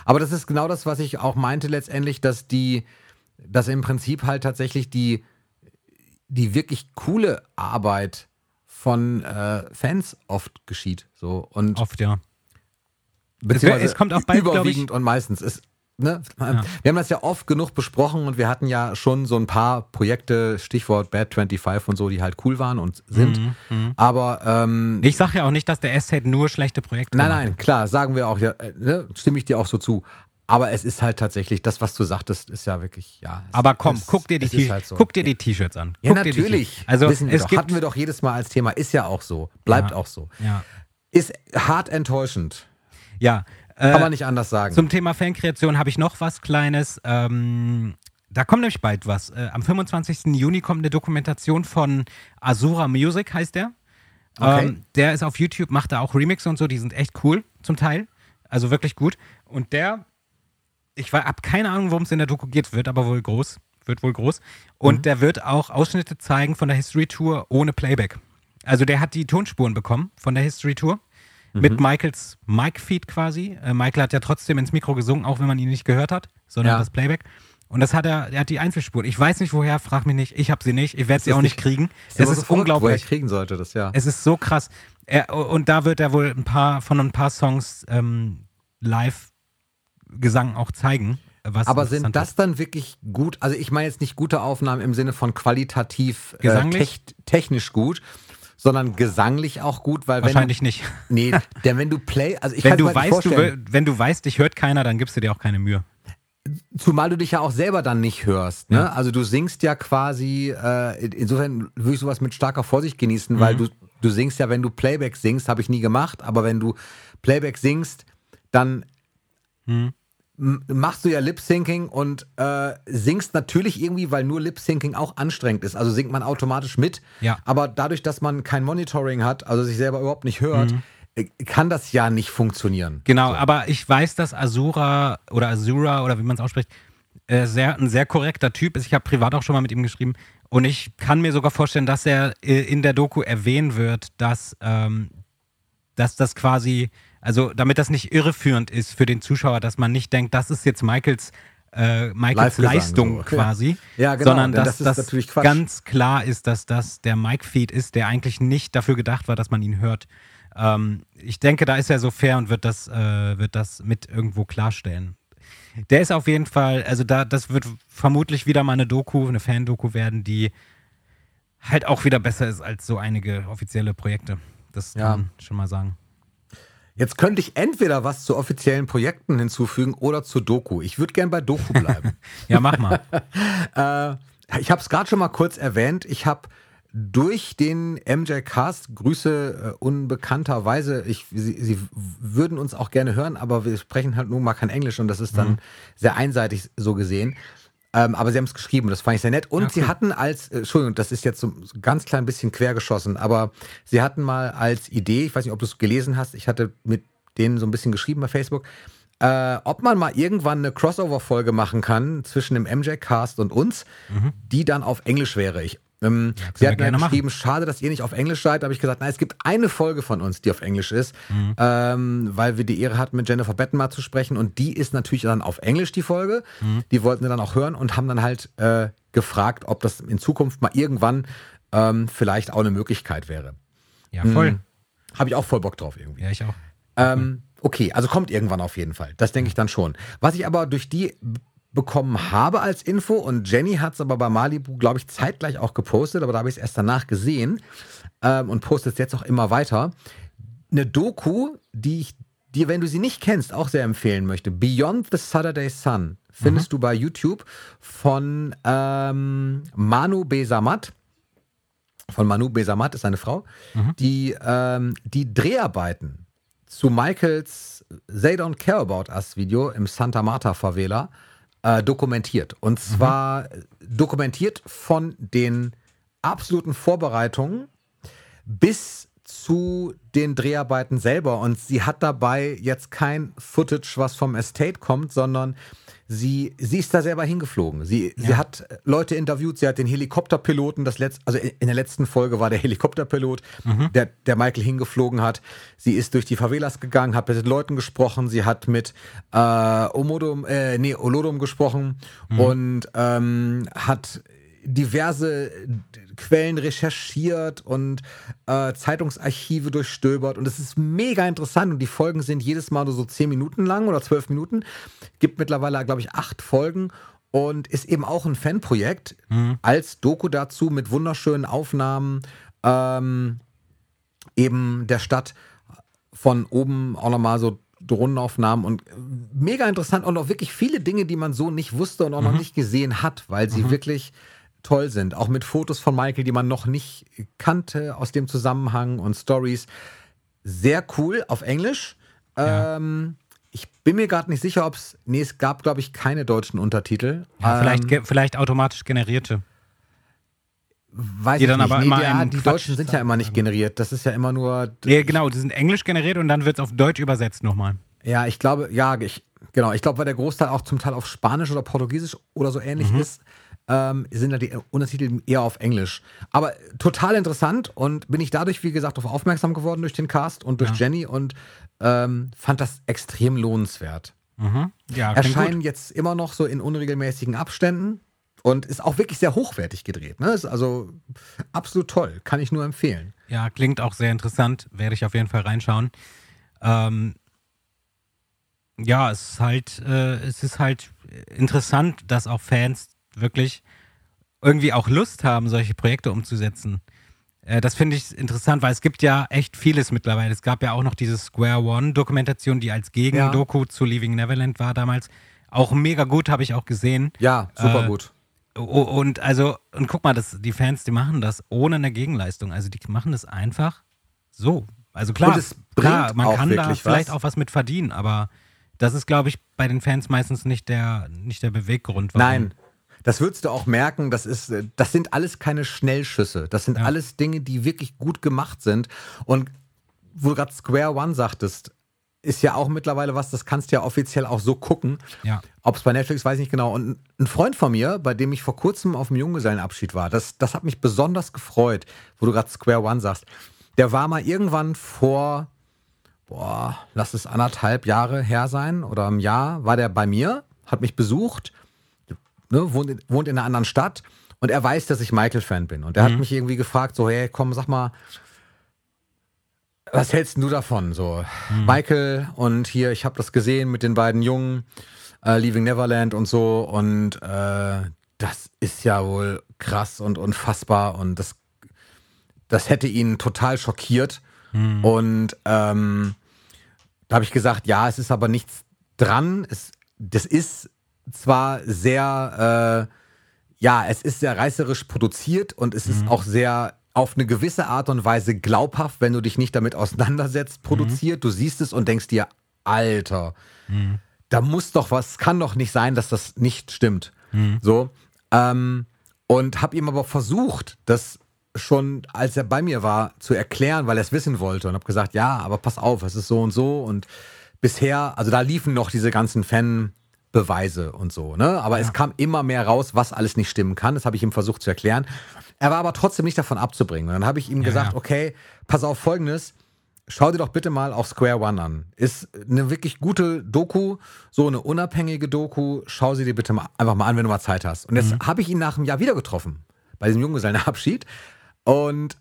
S3: Aber das ist genau das, was ich auch meinte letztendlich, dass im Prinzip halt tatsächlich die wirklich coole Arbeit von Fans oft geschieht. So. Und
S2: Oft, ja.
S3: beziehungsweise
S2: Es kommt auch bald, glaube ich.
S3: überwiegend und meistens ist. Ne? Ja. Wir haben das ja oft genug besprochen und wir hatten ja schon so ein paar Projekte, Stichwort Bad 25 und so, die halt cool waren und sind. Aber
S2: ich sage ja auch nicht, dass der Estate nur schlechte Projekte macht.
S3: nein, klar, sagen wir auch, ja, ne? Stimme ich dir auch so zu. Aber es ist halt tatsächlich, das, was du sagtest, ist ja wirklich, ja.
S2: Aber komm, guck dir die T-Shirts an.
S3: Ja, natürlich.
S2: Also
S3: wissen wir
S2: es
S3: doch.
S2: gibt,
S3: Hatten wir doch jedes Mal als Thema, ist ja auch so, bleibt auch so.
S2: Ja.
S3: Ist hart enttäuschend.
S2: Ja.
S3: Kann man nicht anders sagen.
S2: Zum Thema Fankreation habe ich noch was Kleines. Da kommt nämlich bald was. Am 25. Juni kommt eine Dokumentation von Azura Music, heißt der.
S3: Okay.
S2: Der ist auf YouTube, macht da auch Remix und so, die sind echt cool zum Teil. Also wirklich gut. Und ich habe keine Ahnung, worum es in der Doku geht, wird wohl groß. Und der wird auch Ausschnitte zeigen von der History Tour ohne Playback. Also der hat die Tonspuren bekommen von der History Tour. Mit Michaels Mic-Feed quasi. Michael hat ja trotzdem ins Mikro gesungen, auch wenn man ihn nicht gehört hat, sondern das Playback. Und er hat die Einzelspuren. Ich weiß nicht woher, frag mich nicht. Ich habe sie nicht. Ich werde sie auch nicht kriegen. Es ist unglaublich.
S3: Woher ich kriegen sollte, das ja.
S2: Es ist so krass. Und da wird er wohl von ein paar Songs Live-Gesang auch zeigen.
S3: Aber sind das dann wirklich gut? Also ich meine jetzt nicht gute Aufnahmen im Sinne von qualitativ technisch gut, sondern gesanglich auch gut, weil
S2: wahrscheinlich nicht.
S3: Nee, denn wenn du also ich
S2: wenn
S3: kann
S2: du weißt, wenn du weißt, dich hört keiner, dann gibst du dir auch keine Mühe.
S3: Zumal du dich ja auch selber dann nicht hörst. Ne? Ja. Also du singst ja quasi, insofern würde ich sowas mit starker Vorsicht genießen, weil du singst ja, wenn du Playback singst, habe ich nie gemacht, aber wenn du Playback singst, dann machst du ja Lip-Syncing und singst natürlich irgendwie, weil nur Lip-Syncing auch anstrengend ist. Also singt man automatisch mit, aber dadurch, dass man kein Monitoring hat, also sich selber überhaupt nicht hört, kann das ja nicht funktionieren.
S2: Genau, so. Aber ich weiß, dass Azura oder wie man es ausspricht, ein sehr korrekter Typ ist. Ich habe privat auch schon mal mit ihm geschrieben und ich kann mir sogar vorstellen, dass er in der Doku erwähnen wird, dass das quasi, also damit das nicht irreführend ist für den Zuschauer, dass man nicht denkt, das ist jetzt Michaels Leistung so. Quasi,
S3: ja, genau,
S2: sondern dass
S3: das
S2: natürlich ganz klar ist, dass das der Mic-Feed ist, der eigentlich nicht dafür gedacht war, dass man ihn hört. Ich denke, da ist er so fair und wird das mit irgendwo klarstellen. Der ist auf jeden Fall, also das wird vermutlich wieder mal eine Fan-Doku werden, die halt auch wieder besser ist als so einige offizielle Projekte. Das kann man schon mal sagen.
S3: Jetzt könnte ich entweder was zu offiziellen Projekten hinzufügen oder zu Doku. Ich würde gern bei Doku bleiben.
S2: Ja, mach mal.
S3: Ich habe es gerade schon mal kurz erwähnt. Ich habe durch den MJ-Cast, Grüße unbekannterweise, sie würden uns auch gerne hören, aber wir sprechen halt nun mal kein Englisch und das ist dann sehr einseitig so gesehen. Aber sie haben es geschrieben, das fand ich sehr nett. Und sie hatten Entschuldigung, das ist jetzt so ein ganz klein bisschen quergeschossen, aber sie hatten mal als Idee, ich weiß nicht, ob du es gelesen hast, ich hatte mit denen so ein bisschen geschrieben bei Facebook, ob man mal irgendwann eine Crossover-Folge machen kann zwischen dem MJ-Cast und uns, die dann auf Englisch wäre. Sie hatten ja geschrieben, schade, dass ihr nicht auf Englisch seid. Da habe ich gesagt, nein, es gibt eine Folge von uns, die auf Englisch ist, weil wir die Ehre hatten, mit Jennifer Batten mal zu sprechen. Und die ist natürlich dann auf Englisch, die Folge. Die wollten wir dann auch hören und haben dann halt gefragt, ob das in Zukunft mal irgendwann vielleicht auch eine Möglichkeit wäre.
S2: Ja, voll.
S3: Habe ich auch voll Bock drauf irgendwie.
S2: Ja, ich auch.
S3: Okay, also kommt irgendwann auf jeden Fall. Das denke ich dann schon. Was ich aber durch die bekommen habe als Info, und Jenny hat es aber bei Malibu, glaube ich, zeitgleich auch gepostet, aber da habe ich es erst danach gesehen und postet es jetzt auch immer weiter. Eine Doku, die ich dir, wenn du sie nicht kennst, auch sehr empfehlen möchte. Beyond the Saturday Sun findest du bei YouTube von Manu Besamat. Von Manu Besamat ist eine Frau, die Dreharbeiten zu Michaels They Don't Care About Us Video im Santa Marta Favela dokumentiert. Und zwar dokumentiert von den absoluten Vorbereitungen bis zu den Dreharbeiten selber und sie hat dabei jetzt kein Footage, was vom Estate kommt, sondern sie ist da selber hingeflogen. Sie hat Leute interviewt, sie hat den Helikopterpiloten, also in der letzten Folge war der Helikopterpilot, der Michael hingeflogen hat. Sie ist durch die Favelas gegangen, hat mit den Leuten gesprochen, sie hat mit Olodum gesprochen und hat diverse Quellen recherchiert und Zeitungsarchive durchstöbert und es ist mega interessant und die Folgen sind jedes Mal nur so 10 Minuten lang oder 12 Minuten. Gibt mittlerweile, glaube ich, 8 Folgen und ist eben auch ein Fanprojekt als Doku dazu mit wunderschönen Aufnahmen eben der Stadt von oben auch nochmal so Drohnenaufnahmen und mega interessant und auch wirklich viele Dinge, die man so nicht wusste und auch noch nicht gesehen hat, weil sie wirklich toll sind. Auch mit Fotos von Michael, die man noch nicht kannte aus dem Zusammenhang und Stories. Sehr cool auf Englisch.
S2: Ja.
S3: Ich bin mir gerade nicht sicher, es gab, glaube ich, keine deutschen Untertitel.
S2: Ja, vielleicht automatisch generierte.
S3: Weiß
S2: die
S3: ich
S2: dann
S3: nicht.
S2: aber immer
S3: die
S2: einen
S3: Deutschen sind ja immer nicht generiert. Das ist ja immer nur...
S2: Nee, genau, die sind englisch generiert und dann wird es auf Deutsch übersetzt nochmal.
S3: Ja, ich glaube, ich glaube, weil der Großteil auch zum Teil auf Spanisch oder Portugiesisch oder so ähnlich ist, sind da die Untertitel eher auf Englisch. Aber total interessant und bin ich dadurch, wie gesagt, darauf aufmerksam geworden durch den Cast und durch Jenny und fand das extrem lohnenswert.
S2: Ja,
S3: Erscheinen jetzt immer noch so in unregelmäßigen Abständen und ist auch wirklich sehr hochwertig gedreht. Ne? Ist also absolut toll, kann ich nur empfehlen.
S2: Ja, klingt auch sehr interessant, werde ich auf jeden Fall reinschauen. Ja, es ist halt interessant, dass auch Fans wirklich irgendwie auch Lust haben, solche Projekte umzusetzen. Das finde ich interessant, weil es gibt ja echt vieles mittlerweile. Es gab ja auch noch diese Square One-Dokumentation, die als Gegendoku zu Leaving Neverland war damals. Auch mega gut, habe ich auch gesehen.
S3: Ja, super gut.
S2: Und guck mal, die Fans, die machen das ohne eine Gegenleistung. Also die machen das einfach so. Also klar, man kann da vielleicht auch was mit verdienen, aber das ist, glaube ich, bei den Fans meistens nicht der Beweggrund. Warum.
S3: Nein, das würdest du auch merken, das sind alles keine Schnellschüsse. Das sind alles Dinge, die wirklich gut gemacht sind. Und wo du gerade Square One sagtest, ist ja auch mittlerweile was, das kannst du ja offiziell auch so gucken.
S2: Ja.
S3: Ob es bei Netflix, weiß ich nicht genau. Und ein Freund von mir, bei dem ich vor kurzem auf dem Junggesellenabschied war, das hat mich besonders gefreut, wo du gerade Square One sagst. Der war mal irgendwann vor, lass es 1,5 Jahre her sein oder ein Jahr, war der bei mir, hat mich besucht, wohnt in einer anderen Stadt und er weiß, dass ich Michael-Fan bin. Und er hat mich irgendwie gefragt, so, hey, komm, sag mal, was hältst du davon? So, Michael und hier, ich habe das gesehen mit den beiden Jungen, Leaving Neverland und so und das ist ja wohl krass und unfassbar und das hätte ihn total schockiert. Und da habe ich gesagt, ja, es ist aber nichts dran. Das ist zwar sehr, es ist sehr reißerisch produziert und es ist auch sehr auf eine gewisse Art und Weise glaubhaft, wenn du dich nicht damit auseinandersetzt, produziert. Du siehst es und denkst dir, Alter, da muss doch was, kann doch nicht sein, dass das nicht stimmt. So, und habe ihm aber versucht, das schon, als er bei mir war, zu erklären, weil er es wissen wollte und habe gesagt, ja, aber pass auf, es ist so und bisher, also da liefen noch diese ganzen Fanbeweise und so, ne? Aber es kam immer mehr raus, was alles nicht stimmen kann. Das habe ich ihm versucht zu erklären. Er war aber trotzdem nicht davon abzubringen. Und dann habe ich ihm gesagt, okay, pass auf Folgendes, schau dir doch bitte mal auf Square One an. Ist eine wirklich gute Doku, so eine unabhängige Doku. Schau sie dir bitte einfach mal an, wenn du mal Zeit hast. Und jetzt habe ich ihn nach einem Jahr wieder getroffen, bei diesem Junggesellenabschied. Und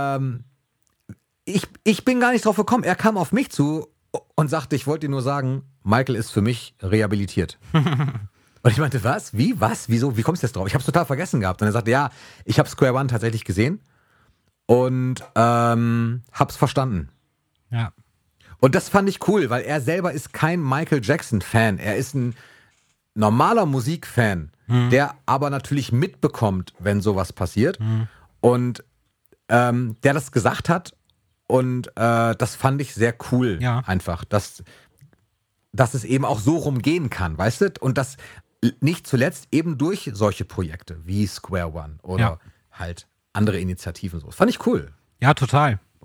S3: ich bin gar nicht drauf gekommen. Er kam auf mich zu und sagte, ich wollte dir nur sagen, Michael ist für mich rehabilitiert. Und ich meinte, was? Wie? Was? Wieso? Wie kommst du jetzt drauf? Ich habe es total vergessen gehabt. Und er sagte, ja, ich habe Square One tatsächlich gesehen und hab's verstanden.
S2: Ja.
S3: Und das fand ich cool, weil er selber ist kein Michael Jackson-Fan. Er ist ein normaler Musikfan, der aber natürlich mitbekommt, wenn sowas passiert. Und der das gesagt hat und das fand ich sehr cool einfach, dass es eben auch so rumgehen kann, weißt du? Und das nicht zuletzt eben durch solche Projekte wie Square One oder halt andere Initiativen so. Das fand ich cool.
S2: Ja, total.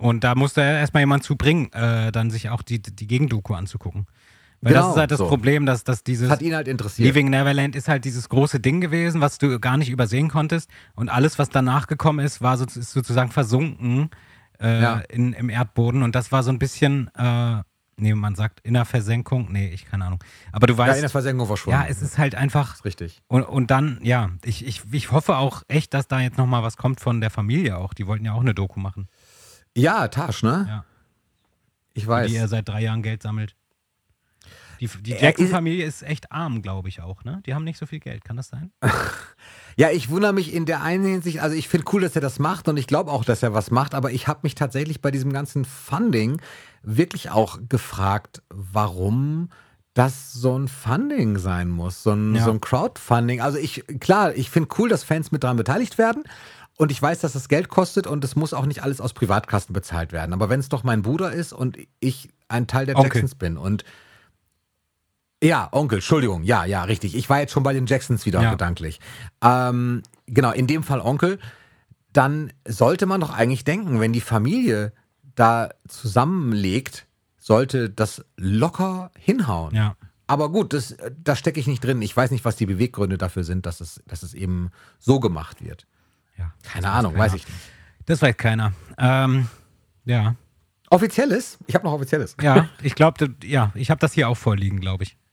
S2: Und da musste er erstmal jemand zu bringen, dann sich auch die Gegendoku anzugucken. Weil
S3: Genau,
S2: das ist halt das
S3: so.
S2: Problem, dass dieses
S3: Das hat ihn halt interessiert.
S2: Leaving Neverland ist halt dieses große Ding gewesen, was du gar nicht übersehen konntest. Und alles, was danach gekommen ist, ist sozusagen versunken im Erdboden. Und das war so ein bisschen, man sagt in der Versenkung. Nee, keine Ahnung. Aber du weißt.
S3: Ja, in der Versenkung verschwunden.
S2: Ja, es ist halt einfach.
S3: Das ist richtig.
S2: Und dann, ja, ich hoffe auch echt, dass da jetzt nochmal was kommt von der Familie auch. Die wollten ja auch eine Doku machen.
S3: Ja, Tasch, ne?
S2: Ja.
S3: Ich weiß.
S2: Die er seit 3 Jahren Geld sammelt. Die Jackson-Familie ist echt arm, glaube ich auch, ne? Die haben nicht so viel Geld, kann das sein?
S3: Ja, ich wundere mich in der einen Hinsicht, also ich finde cool, dass er das macht und ich glaube auch, dass er was macht, aber ich habe mich tatsächlich bei diesem ganzen Funding wirklich auch gefragt, warum das so ein Funding sein muss, so ein Crowdfunding. Also ich finde cool, dass Fans mit dran beteiligt werden. Und ich weiß, dass das Geld kostet und es muss auch nicht alles aus Privatkassen bezahlt werden. Aber wenn es doch mein Bruder ist und ich ein Teil der
S2: Onkel.
S3: Jacksons bin und ja, Onkel, Entschuldigung, ja, richtig. Ich war jetzt schon bei den Jacksons wieder gedanklich. Genau, in dem Fall Onkel. Dann sollte man doch eigentlich denken, wenn die Familie da zusammenlegt, sollte das locker hinhauen.
S2: Ja.
S3: Aber gut, da stecke ich nicht drin. Ich weiß nicht, was die Beweggründe dafür sind, dass es eben so gemacht wird.
S2: Ja.
S3: Keine Ahnung, weiß ich nicht.
S2: Das weiß keiner. Ja.
S3: Offizielles? Ich habe noch Offizielles.
S2: Ja, ich glaube, ich habe das hier auch vorliegen, glaube ich.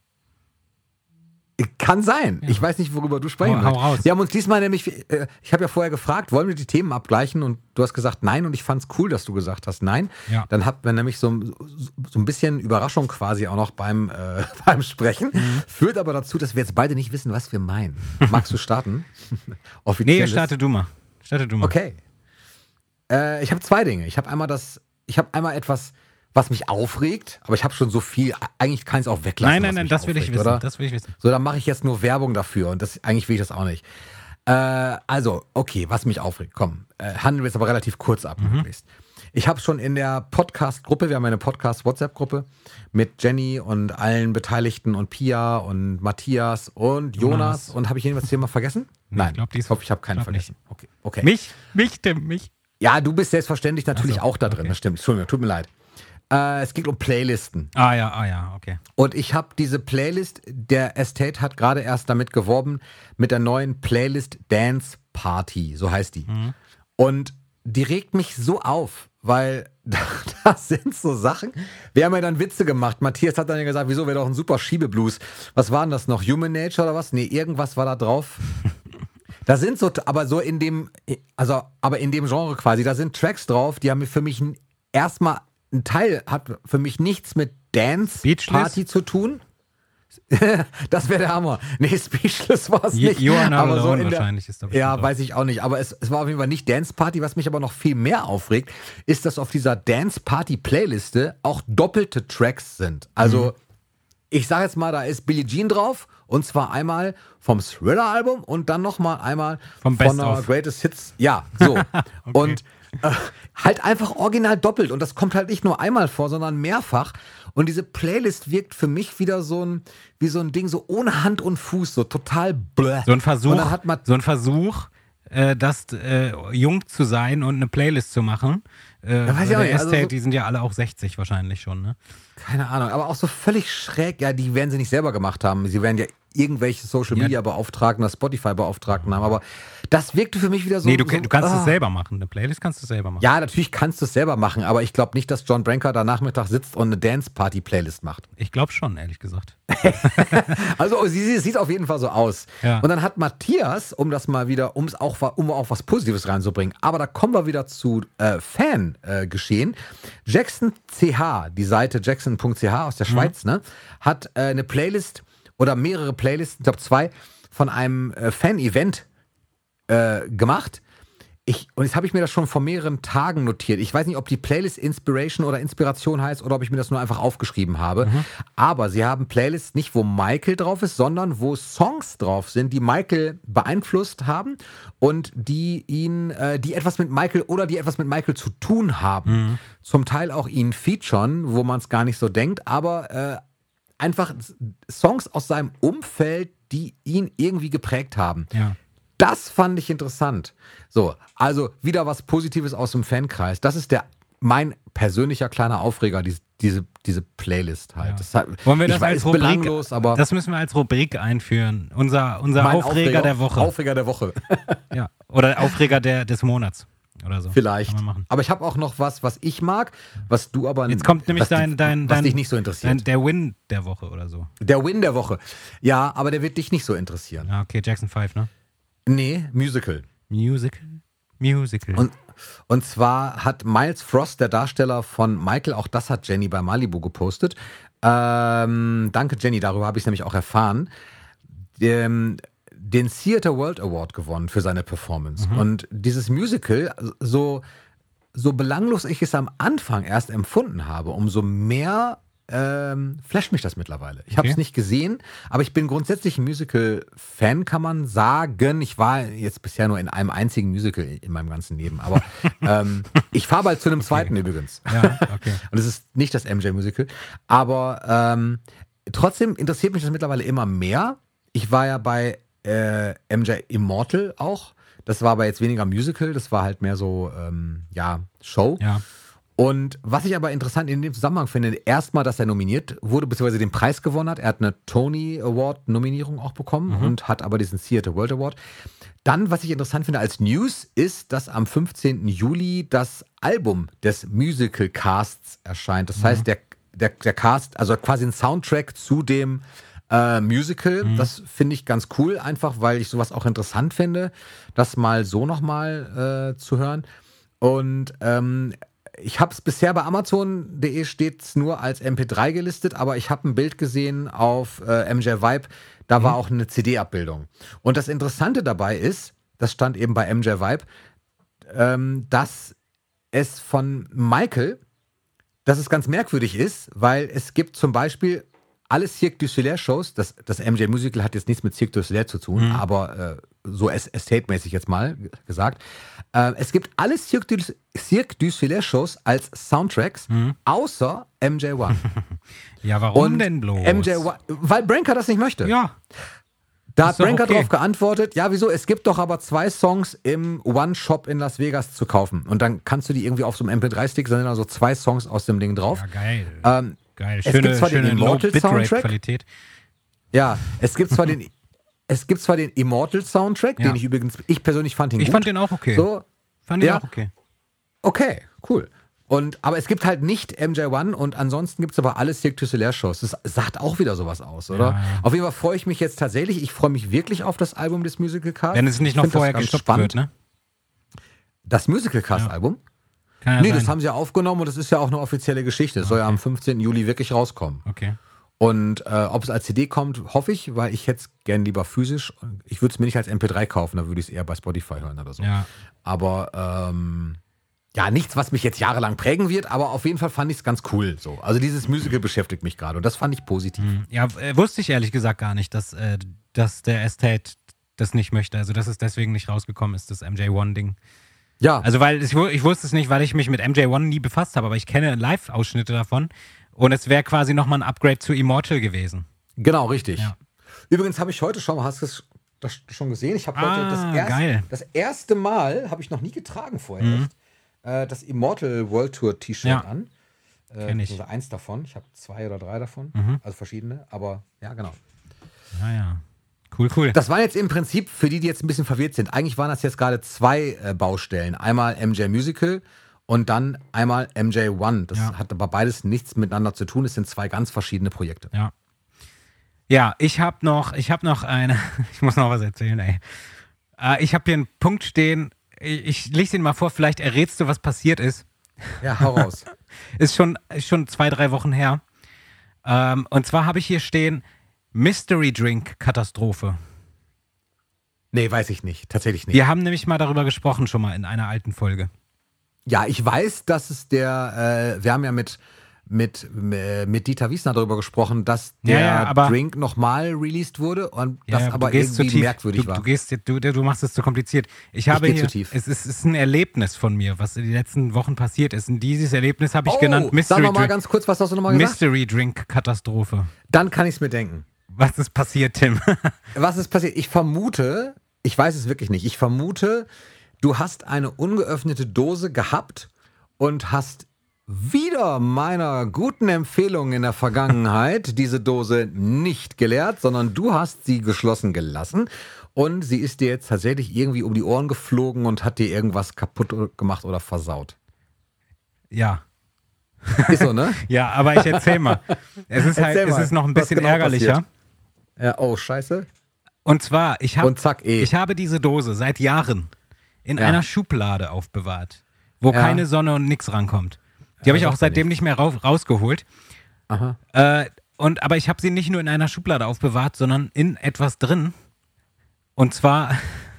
S3: Kann sein.
S2: Ja.
S3: Ich weiß nicht, worüber du sprechen
S2: Hau
S3: willst.
S2: raus.
S3: Wir haben uns diesmal nämlich, ich habe ja vorher gefragt, wollen wir die Themen abgleichen? Und du hast gesagt nein und ich fand es cool, dass du gesagt hast nein.
S2: Ja.
S3: Dann hatten wir nämlich so ein bisschen Überraschung quasi auch noch beim Sprechen. Führt aber dazu, dass wir jetzt beide nicht wissen, was wir meinen. Magst du starten?
S2: Nee, starte du mal.
S3: Okay. Ich habe 2 Dinge. Ich habe einmal etwas, was mich aufregt, aber ich habe schon so viel, eigentlich kann ich es auch weglassen.
S2: Nein, das will ich wissen.
S3: Oder?
S2: Das will ich wissen.
S3: So, dann mache ich jetzt nur Werbung dafür und eigentlich will ich das auch nicht. Also, okay, was mich aufregt, komm, handeln wir jetzt aber relativ kurz ab, möglichst. Ich habe schon in der Podcast-Gruppe, wir haben eine Podcast-WhatsApp-Gruppe mit Jenny und allen Beteiligten und Pia und Matthias und Jonas. Und habe ich irgendwas Thema vergessen? Nein, ich hoffe, ich habe keinen vergessen. Okay.
S2: Mich, Tim.
S3: Ja, du bist selbstverständlich natürlich
S2: Ach so,
S3: auch da drin,
S2: okay.
S3: das stimmt. Entschuldigung, tut mir leid. Es geht um Playlisten.
S2: Ah ja, okay.
S3: Und ich habe diese Playlist, der Estate hat gerade erst damit geworben, mit der neuen Playlist Dance Party, so heißt die. Und die regt mich so auf, weil das sind so Sachen. Wir haben ja dann Witze gemacht. Matthias hat dann ja gesagt, wieso, wäre doch ein super Schiebeblues. Was war denn das noch? Human Nature oder was? Nee, irgendwas war da drauf. Da sind so, aber in dem Genre quasi, da sind Tracks drauf, die haben für mich erstmal ein Teil hat für mich nichts mit Dance Party zu tun. Das wäre der Hammer. Nee, Speechless war es nicht.
S2: You are not
S3: aber
S2: alone
S3: so
S2: wahrscheinlich ist da
S3: ja,
S2: drauf.
S3: weiß ich auch nicht. Aber es war auf jeden Fall nicht Dance Party. Was mich aber noch viel mehr aufregt, ist, dass auf dieser Dance Party Playliste auch doppelte Tracks sind. Also, ich sage jetzt mal, da ist Billie Jean drauf. Und zwar einmal vom Thriller-Album und dann nochmal einmal
S2: Vom
S3: von
S2: Best
S3: der
S2: of.
S3: Greatest Hits. Ja, so.
S2: Okay.
S3: Und halt einfach original doppelt. Und das kommt halt nicht nur einmal vor, sondern mehrfach. Und diese Playlist wirkt für mich wieder wie so ein Ding, so ohne Hand und Fuß, so total bläh.
S2: So ein Versuch,
S3: Und dann hat man
S2: jung zu sein und eine Playlist zu machen.
S3: weiß ich auch
S2: der
S3: nicht, also
S2: Estate,
S3: so-
S2: die sind ja alle auch 60 wahrscheinlich schon, ne?
S3: Keine Ahnung, aber auch so völlig schräg. Ja, die werden sie nicht selber gemacht haben. Sie werden ja irgendwelche Social-Media-Beauftragten oder Spotify-Beauftragten haben. Aber das wirkte für mich wieder so...
S2: Nee, du kannst es
S3: ah.
S2: selber machen. Eine Playlist kannst du selber machen.
S3: Ja, natürlich kannst du es selber machen, aber ich glaube nicht, dass John Branca da Nachmittag sitzt und eine Dance-Party-Playlist macht.
S2: Ich glaube schon, ehrlich gesagt.
S3: Also sie sieht auf jeden Fall so aus.
S2: Ja.
S3: Und dann hat Matthias, um auch was Positives reinzubringen, aber da kommen wir wieder zu Fan-Geschehen. Jackson CH, die Seite jackson.ch aus der Schweiz, ne, hat eine Playlist oder mehrere Playlisten, ich glaube 2, von einem Fan-Event gemacht. Und jetzt habe ich mir das schon vor mehreren Tagen notiert. Ich weiß nicht, ob die Playlist Inspiration oder Inspiration heißt oder ob ich mir das nur einfach aufgeschrieben habe. Aber sie haben Playlists nicht, wo Michael drauf ist, sondern wo Songs drauf sind, die Michael beeinflusst haben und die etwas mit Michael oder die etwas mit Michael zu tun haben. Zum Teil auch ihn featuren, wo man es gar nicht so denkt, aber einfach Songs aus seinem Umfeld, die ihn irgendwie geprägt haben.
S2: Ja.
S3: Das fand ich interessant. So, also wieder was Positives aus dem Fankreis. Das ist der mein persönlicher kleiner Aufreger, diese Playlist halt.
S2: Ja.
S3: Das hat,
S2: Wollen wir das
S3: ich weiß,
S2: als
S3: ist
S2: Rubrik,
S3: belanglos, aber
S2: das müssen wir als Rubrik einführen. Unser
S3: mein
S2: Aufreger der Woche.
S3: Aufreger der Woche.
S2: Ja. Oder Aufreger des Monats. Oder so.
S3: Vielleicht.
S2: Kann man machen.
S3: Aber ich habe auch noch was ich mag, was du aber
S2: Jetzt kommt nämlich
S3: was dich nicht so interessiert.
S2: der Win der Woche oder so.
S3: Der Win der Woche. Ja, aber der wird dich nicht so interessieren.
S2: Ja, okay, Jackson 5, ne?
S3: Nee, Musical.
S2: Musical.
S3: Und zwar hat Miles Frost, der Darsteller von Michael, auch das hat Jenny bei Malibu gepostet. Danke Jenny, darüber habe ich es nämlich auch erfahren. Den Theatre World Award gewonnen für seine Performance. Und dieses Musical, so belanglos ich es am Anfang erst empfunden habe, umso mehr flasht mich das mittlerweile. Ich habe es nicht gesehen, aber ich bin grundsätzlich ein Musical-Fan, kann man sagen. Ich war jetzt bisher nur in einem einzigen Musical in meinem ganzen Leben, aber ich fahre bald zu einem zweiten übrigens.
S2: Ja, okay.
S3: Und es ist nicht das MJ-Musical, aber trotzdem interessiert mich das mittlerweile immer mehr. Ich war ja bei MJ Immortal auch. Das war aber jetzt weniger Musical, das war halt mehr so, Show.
S2: Ja.
S3: Und was ich aber interessant in dem Zusammenhang finde, erstmal, dass er nominiert wurde, beziehungsweise den Preis gewonnen hat. Er hat eine Tony Award-Nominierung auch bekommen und hat aber diesen Theatre World Award. Dann, was ich interessant finde als News, ist, dass am 15. Juli das Album des Musical-Casts erscheint. Das heißt, der Cast, also quasi ein Soundtrack zu dem Musical, das finde ich ganz cool, einfach weil ich sowas auch interessant finde, das mal so nochmal zu hören. Und ich habe es bisher bei Amazon.de steht es nur als MP3 gelistet, aber ich habe ein Bild gesehen auf MJ Vibe, da war auch eine CD-Abbildung. Und das Interessante dabei ist, das stand eben bei MJ Vibe, dass es von Michael, dass es ganz merkwürdig ist, weil es gibt zum Beispiel alle Cirque du Soleil-Shows, das MJ-Musical hat jetzt nichts mit Cirque du Soleil zu tun, aber so estate-mäßig jetzt mal gesagt. Es gibt alle Cirque du Soleil-Shows als Soundtracks, außer MJ1.
S2: Ja, warum
S3: Und
S2: denn bloß?
S3: MJ1, weil Branca das nicht möchte.
S2: Ja.
S3: Da hat
S2: ist doch
S3: Branca
S2: okay.
S3: drauf geantwortet, ja wieso, es gibt doch aber 2 Songs im One-Shop in Las Vegas zu kaufen. Und dann kannst du die irgendwie auf so einem MP3-Stick, sind dann so 2 Songs aus dem Ding drauf.
S2: Ja, geil. Geil.
S3: es gibt zwar den
S2: Schöne
S3: Immortal Soundtrack.
S2: Qualität.
S3: Ja, es gibt zwar den Immortal Soundtrack,
S2: Ja.
S3: den ich persönlich fand ihn gut.
S2: Ich fand den auch okay.
S3: So,
S2: Fand ich
S3: ja.
S2: auch okay.
S3: okay, cool. Aber es gibt halt nicht MJ1 und ansonsten gibt es aber alle Cirque du Soleil-Shows. Das sagt auch wieder sowas aus, oder?
S2: Ja.
S3: Auf jeden Fall freue ich mich jetzt tatsächlich. Ich freue mich wirklich auf das Album des Musical Cast.
S2: Wenn es nicht noch vorher gestoppt wird, ne?
S3: Das Musical Cast-Album?
S2: Kann ja
S3: Nee,
S2: sein.
S3: das haben sie ja aufgenommen und das ist ja auch eine offizielle Geschichte. Das soll ja am 15. Juli wirklich rauskommen.
S2: Okay.
S3: Und ob es als CD kommt, hoffe ich, weil ich hätte es gern lieber physisch. Ich würde es mir nicht als MP3 kaufen, da würde ich es eher bei Spotify hören oder so.
S2: Ja.
S3: Aber nichts, was mich jetzt jahrelang prägen wird, aber auf jeden Fall fand ich es ganz cool. So. Also dieses Musical beschäftigt mich gerade und das fand ich positiv.
S2: Ja, wusste ich ehrlich gesagt gar nicht, dass der Estate das nicht möchte. Also, dass es deswegen nicht rausgekommen ist, das MJ1-Ding.
S3: Ja,
S2: Also, weil ich wusste es nicht, weil ich mich mit MJ1 nie befasst habe, aber ich kenne Live-Ausschnitte davon und es wäre quasi nochmal ein Upgrade zu Immortal gewesen.
S3: genau, richtig.
S2: Ja.
S3: Übrigens habe ich heute schon, hast du das schon gesehen? Ich habe heute
S2: geil.
S3: das erste Mal, habe ich noch nie getragen vorher, echt, das Immortal World Tour T-Shirt
S2: Ja.
S3: an.
S2: Kenn ich.
S3: Also eins davon. Ich habe 2 oder 3 davon. Also verschiedene. Aber ja, genau.
S2: Ja. Cool.
S3: Das waren jetzt im Prinzip, für die jetzt ein bisschen verwirrt sind, eigentlich waren das jetzt gerade 2 Baustellen. Einmal MJ Musical und dann einmal MJ1. Das hat aber beides nichts miteinander zu tun. Es sind 2 ganz verschiedene Projekte.
S2: Ja. Ja, ich hab noch eine, ich muss noch was erzählen, ey. Ich habe hier einen Punkt stehen, ich lese den mal vor, vielleicht errätst du, was passiert ist.
S3: Ja, hau raus.
S2: Ist schon 2-3 Wochen her. Und zwar habe ich hier stehen, Mystery Drink Katastrophe.
S3: Nee, weiß ich nicht. Tatsächlich nicht.
S2: Wir haben nämlich mal darüber gesprochen, schon mal in einer alten Folge.
S3: Ja, ich weiß, dass es wir haben ja mit Dieter Wiesner darüber gesprochen, dass der Drink nochmal released wurde und das aber irgendwie merkwürdig war.
S2: Du machst es zu kompliziert. Ich gehe zu tief. Es ist ein Erlebnis von mir, was in den letzten Wochen passiert ist. Und dieses Erlebnis habe ich genannt
S3: Mystery Drink. Sag mal ganz kurz, was hast du nochmal gesagt?
S2: Mystery Drink Katastrophe.
S3: Dann kann ich es mir denken.
S2: Was ist passiert, Tim?
S3: Was ist passiert? Ich vermute, ich weiß es wirklich nicht, du hast eine ungeöffnete Dose gehabt und hast wieder meiner guten Empfehlung in der Vergangenheit diese Dose nicht geleert, sondern du hast sie geschlossen gelassen und sie ist dir jetzt tatsächlich irgendwie um die Ohren geflogen und hat dir irgendwas kaputt gemacht oder versaut.
S2: Ja.
S3: Ist so, ne?
S2: Ja, aber ich erzähl mal. Es ist halt, es ist noch ein bisschen
S3: genau
S2: ärgerlicher.
S3: Ja, oh, scheiße.
S2: Und zwar, ich
S3: Und zack,
S2: habe diese Dose seit Jahren in
S3: Ja.
S2: einer Schublade aufbewahrt, wo
S3: Ja.
S2: keine Sonne und nix rankommt. Die habe ich auch
S3: sagt er
S2: seitdem nicht mehr rausgeholt.
S3: Aha.
S2: Aber ich habe sie nicht nur in einer Schublade aufbewahrt, sondern in etwas drin. Und zwar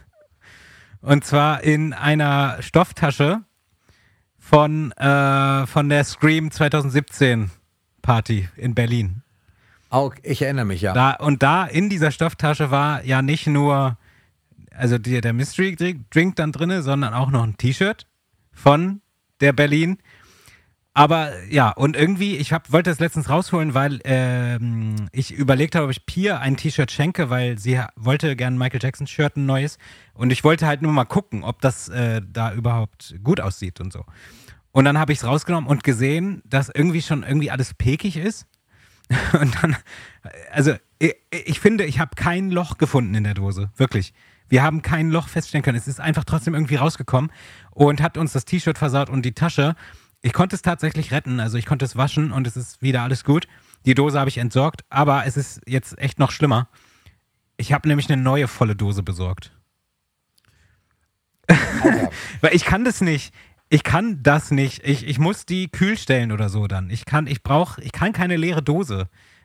S2: in einer Stofftasche von der Scream 2017 Party in Berlin.
S3: Auch, ich erinnere mich, ja.
S2: Da in dieser Stofftasche war ja nicht nur der Mystery Drink dann drin, sondern auch noch ein T-Shirt von der Berlin. Aber ja, und irgendwie, wollte das letztens rausholen, weil ich überlegt habe, ob ich Pia ein T-Shirt schenke, weil sie wollte gerne ein Michael Jackson-Shirt, ein neues. Und ich wollte halt nur mal gucken, ob das da überhaupt gut aussieht und so. Und dann habe ich es rausgenommen und gesehen, dass irgendwie schon alles pekig ist. Und dann, also ich finde, ich habe kein Loch gefunden in der Dose, wirklich. Wir haben kein Loch feststellen können. Es ist einfach trotzdem irgendwie rausgekommen und hat uns das T-Shirt versaut und die Tasche. Ich konnte es tatsächlich retten, also ich konnte es waschen und es ist wieder alles gut. Die Dose habe ich entsorgt, aber es ist jetzt echt noch schlimmer. Ich habe nämlich eine neue volle Dose besorgt. Weil ich kann das nicht. Ich kann das nicht. Ich muss die kühl stellen oder so dann. Ich kann keine leere Dose.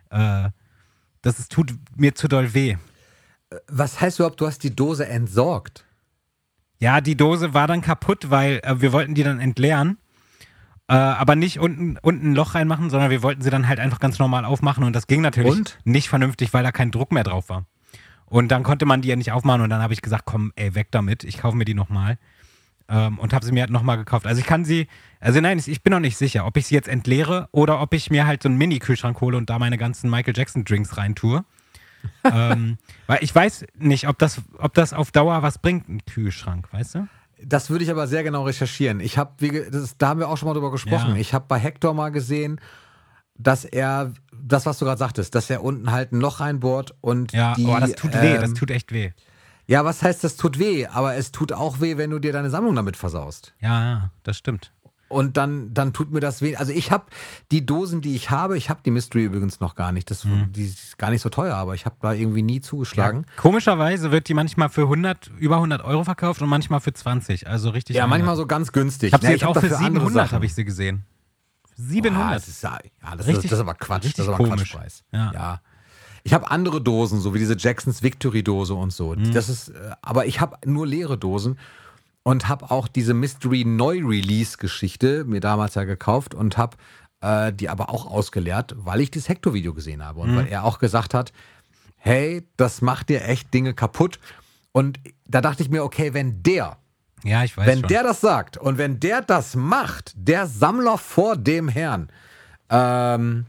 S2: Tut mir zu doll weh.
S3: Was heißt überhaupt, du hast die Dose entsorgt?
S2: Ja, die Dose war dann kaputt, weil wir wollten die dann entleeren. Aber nicht unten ein Loch reinmachen, sondern wir wollten sie dann halt einfach ganz normal aufmachen und das ging natürlich nicht vernünftig, weil da kein Druck mehr drauf war. Und dann konnte man die ja nicht aufmachen und dann habe ich gesagt, komm, weg damit, ich kaufe mir die nochmal. Und habe sie mir halt nochmal gekauft. Also ich bin noch nicht sicher, ob ich sie jetzt entleere oder ob ich mir halt so einen Mini-Kühlschrank hole und da meine ganzen Michael Jackson-Drinks reintue. Weil ich weiß nicht, ob das auf Dauer was bringt, ein Kühlschrank, weißt du?
S3: Das würde ich aber sehr genau recherchieren. Da haben wir auch schon mal drüber gesprochen.
S2: Ja.
S3: Ich habe bei Hector mal gesehen, dass er, das was du gerade sagtest, dass er unten halt ein Loch reinbohrt und
S2: das tut weh, das tut echt weh.
S3: Ja, was heißt, das tut weh? Aber es tut auch weh, wenn du dir deine Sammlung damit versaust.
S2: Ja, das stimmt.
S3: Und dann tut mir das weh. Also ich habe die Dosen, die ich habe die Mystery übrigens noch gar nicht. Die ist gar nicht so teuer, aber ich habe da irgendwie nie zugeschlagen.
S2: Ja, komischerweise wird die manchmal für über 100 Euro verkauft und manchmal für 20. Also richtig.
S3: Ja, manchmal so ganz günstig.
S2: Ich habe sie auch für 700 habe ich sie gesehen. 700.
S3: Das ist aber Quatsch. Das ist aber ein
S2: komisch.
S3: Quatschpreis.
S2: Ja.
S3: Ich habe andere Dosen, so wie diese Jacksons Victory-Dose und so. Das ist, aber ich habe nur leere Dosen. Und habe auch diese Mystery-Neu-Release-Geschichte mir damals ja gekauft und habe die aber auch ausgeleert, weil ich das Hector-Video gesehen habe. Und weil er auch gesagt hat, hey, das macht dir echt Dinge kaputt. Und da dachte ich mir, okay, wenn der das sagt und wenn der das macht, der Sammler vor dem Herrn, dann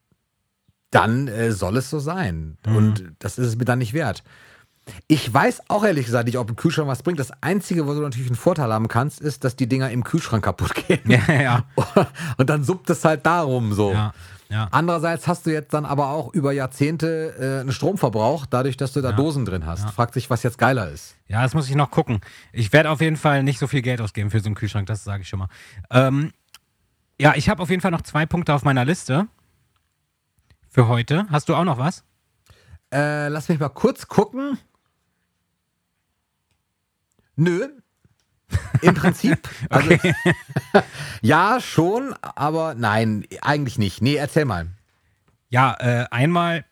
S3: soll es so sein. Und das ist es mir dann nicht wert. Ich weiß auch ehrlich gesagt nicht, ob ein Kühlschrank was bringt. Das Einzige, wo du natürlich einen Vorteil haben kannst, ist, dass die Dinger im Kühlschrank kaputt gehen.
S2: Ja.
S3: Und dann suppt es halt darum so.
S2: Ja.
S3: Andererseits hast du jetzt dann aber auch über Jahrzehnte einen Stromverbrauch, dadurch, dass du da Dosen drin hast. Fragt sich, was jetzt geiler ist.
S2: Ja, das muss ich noch gucken. Ich werde auf jeden Fall nicht so viel Geld ausgeben für so einen Kühlschrank, das sage ich schon mal. Ich habe auf jeden Fall noch 2 Punkte auf meiner Liste für heute. Hast du auch noch was?
S3: Lass mich mal kurz gucken. Nö. Im Prinzip. Also,
S2: Okay.
S3: ja, schon, aber nein, eigentlich nicht. Nee, erzähl mal.
S2: Ja, einmal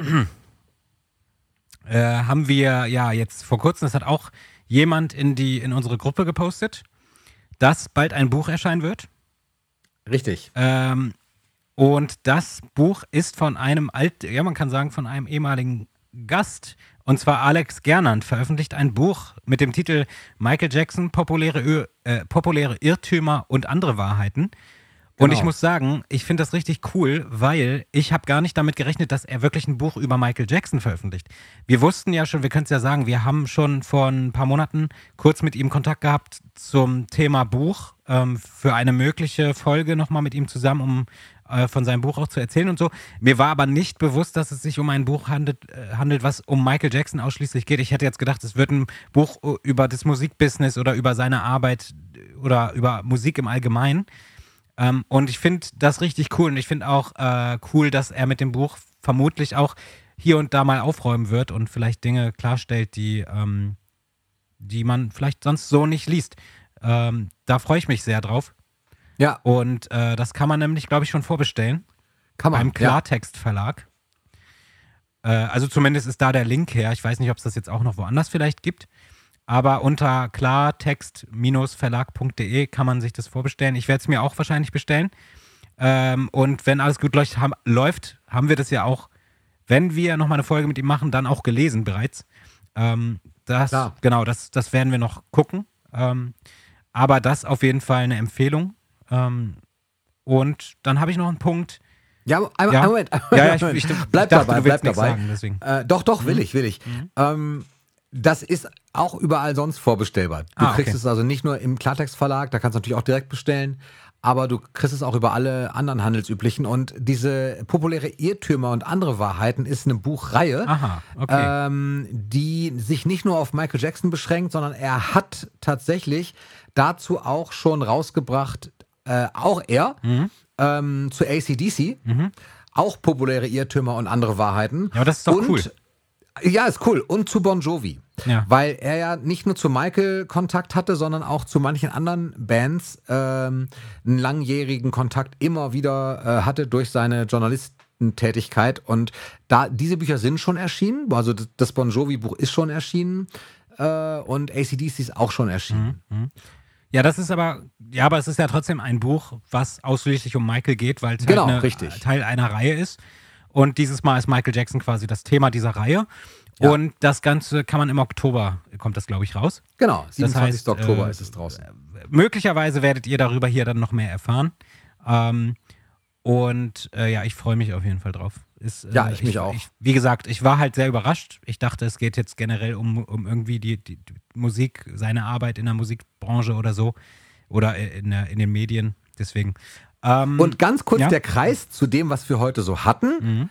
S2: haben wir jetzt vor kurzem, das hat auch jemand in unsere Gruppe gepostet, dass bald ein Buch erscheinen wird.
S3: Richtig.
S2: Und das Buch ist von einem man kann sagen, von einem ehemaligen Gast. Und zwar Alex Gernand veröffentlicht ein Buch mit dem Titel Michael Jackson, populäre Irrtümer und andere Wahrheiten. Und ich muss sagen, ich finde das richtig cool, weil ich habe gar nicht damit gerechnet, dass er wirklich ein Buch über Michael Jackson veröffentlicht. Wir wussten ja schon, wir können es ja sagen, wir haben schon vor ein paar Monaten kurz mit ihm Kontakt gehabt zum Thema Buch, für eine mögliche Folge nochmal mit ihm zusammen, um von seinem Buch auch zu erzählen und so. Mir war aber nicht bewusst, dass es sich um ein Buch handelt, was um Michael Jackson ausschließlich geht. Ich hätte jetzt gedacht, es wird ein Buch über das Musikbusiness oder über seine Arbeit oder über Musik im Allgemeinen. Und ich finde das richtig cool und ich finde auch cool, dass er mit dem Buch vermutlich auch hier und da mal aufräumen wird und vielleicht Dinge klarstellt, die man vielleicht sonst so nicht liest. Da freue ich mich sehr drauf.
S3: Ja.
S2: Und das kann man nämlich, glaube ich, schon vorbestellen.
S3: Kann man.
S2: Beim Klartext Verlag. Also zumindest ist da der Link her. Ich weiß nicht, ob es das jetzt auch noch woanders vielleicht gibt. Aber unter klartext-verlag.de kann man sich das vorbestellen. Ich werde es mir auch wahrscheinlich bestellen. Und wenn alles gut läuft, haben wir das ja auch, wenn wir nochmal eine Folge mit ihm machen, dann auch gelesen bereits. Das werden wir noch gucken. Aber das auf jeden Fall eine Empfehlung. Und dann habe ich noch einen Punkt.
S3: Ja, Moment. Bleib dabei.
S2: Sagen, deswegen.
S3: Doch, will ich. Das ist auch überall sonst vorbestellbar. Du kriegst es also nicht nur im Klartext-Verlag, da kannst du natürlich auch direkt bestellen, aber du kriegst es auch über alle anderen handelsüblichen. Und diese populäre Irrtümer und andere Wahrheiten ist eine Buchreihe, die sich nicht nur auf Michael Jackson beschränkt, sondern er hat tatsächlich dazu auch schon rausgebracht, auch er, zu AC/DC, auch populäre Irrtümer und andere Wahrheiten.
S2: Ja, aber das ist doch cool.
S3: Ja, ist cool. Und zu Bon Jovi. Ja. Weil er ja nicht nur zu Michael Kontakt hatte, sondern auch zu manchen anderen Bands einen langjährigen Kontakt immer wieder hatte durch seine Journalistentätigkeit. Und diese Bücher sind schon erschienen. Also das Bon Jovi-Buch ist schon erschienen und AC/DC ist auch schon erschienen.
S2: Ja, das ist aber es ist ja trotzdem ein Buch, was ausschließlich um Michael geht, weil es Teil einer Reihe ist. Und dieses Mal ist Michael Jackson quasi das Thema dieser Reihe. Ja. Und das Ganze kann man im Oktober, kommt das, glaube ich, raus.
S3: Genau, 27. Oktober ist es draußen.
S2: Möglicherweise werdet ihr darüber hier dann noch mehr erfahren. Ich freue mich auf jeden Fall drauf.
S3: Ich mich auch.
S2: Wie gesagt, ich war halt sehr überrascht. Ich dachte, es geht jetzt generell um irgendwie die Musik, seine Arbeit in der Musikbranche oder so. Oder in den Medien. Deswegen.
S3: Und ganz kurz der Kreis zu dem, was wir heute so hatten.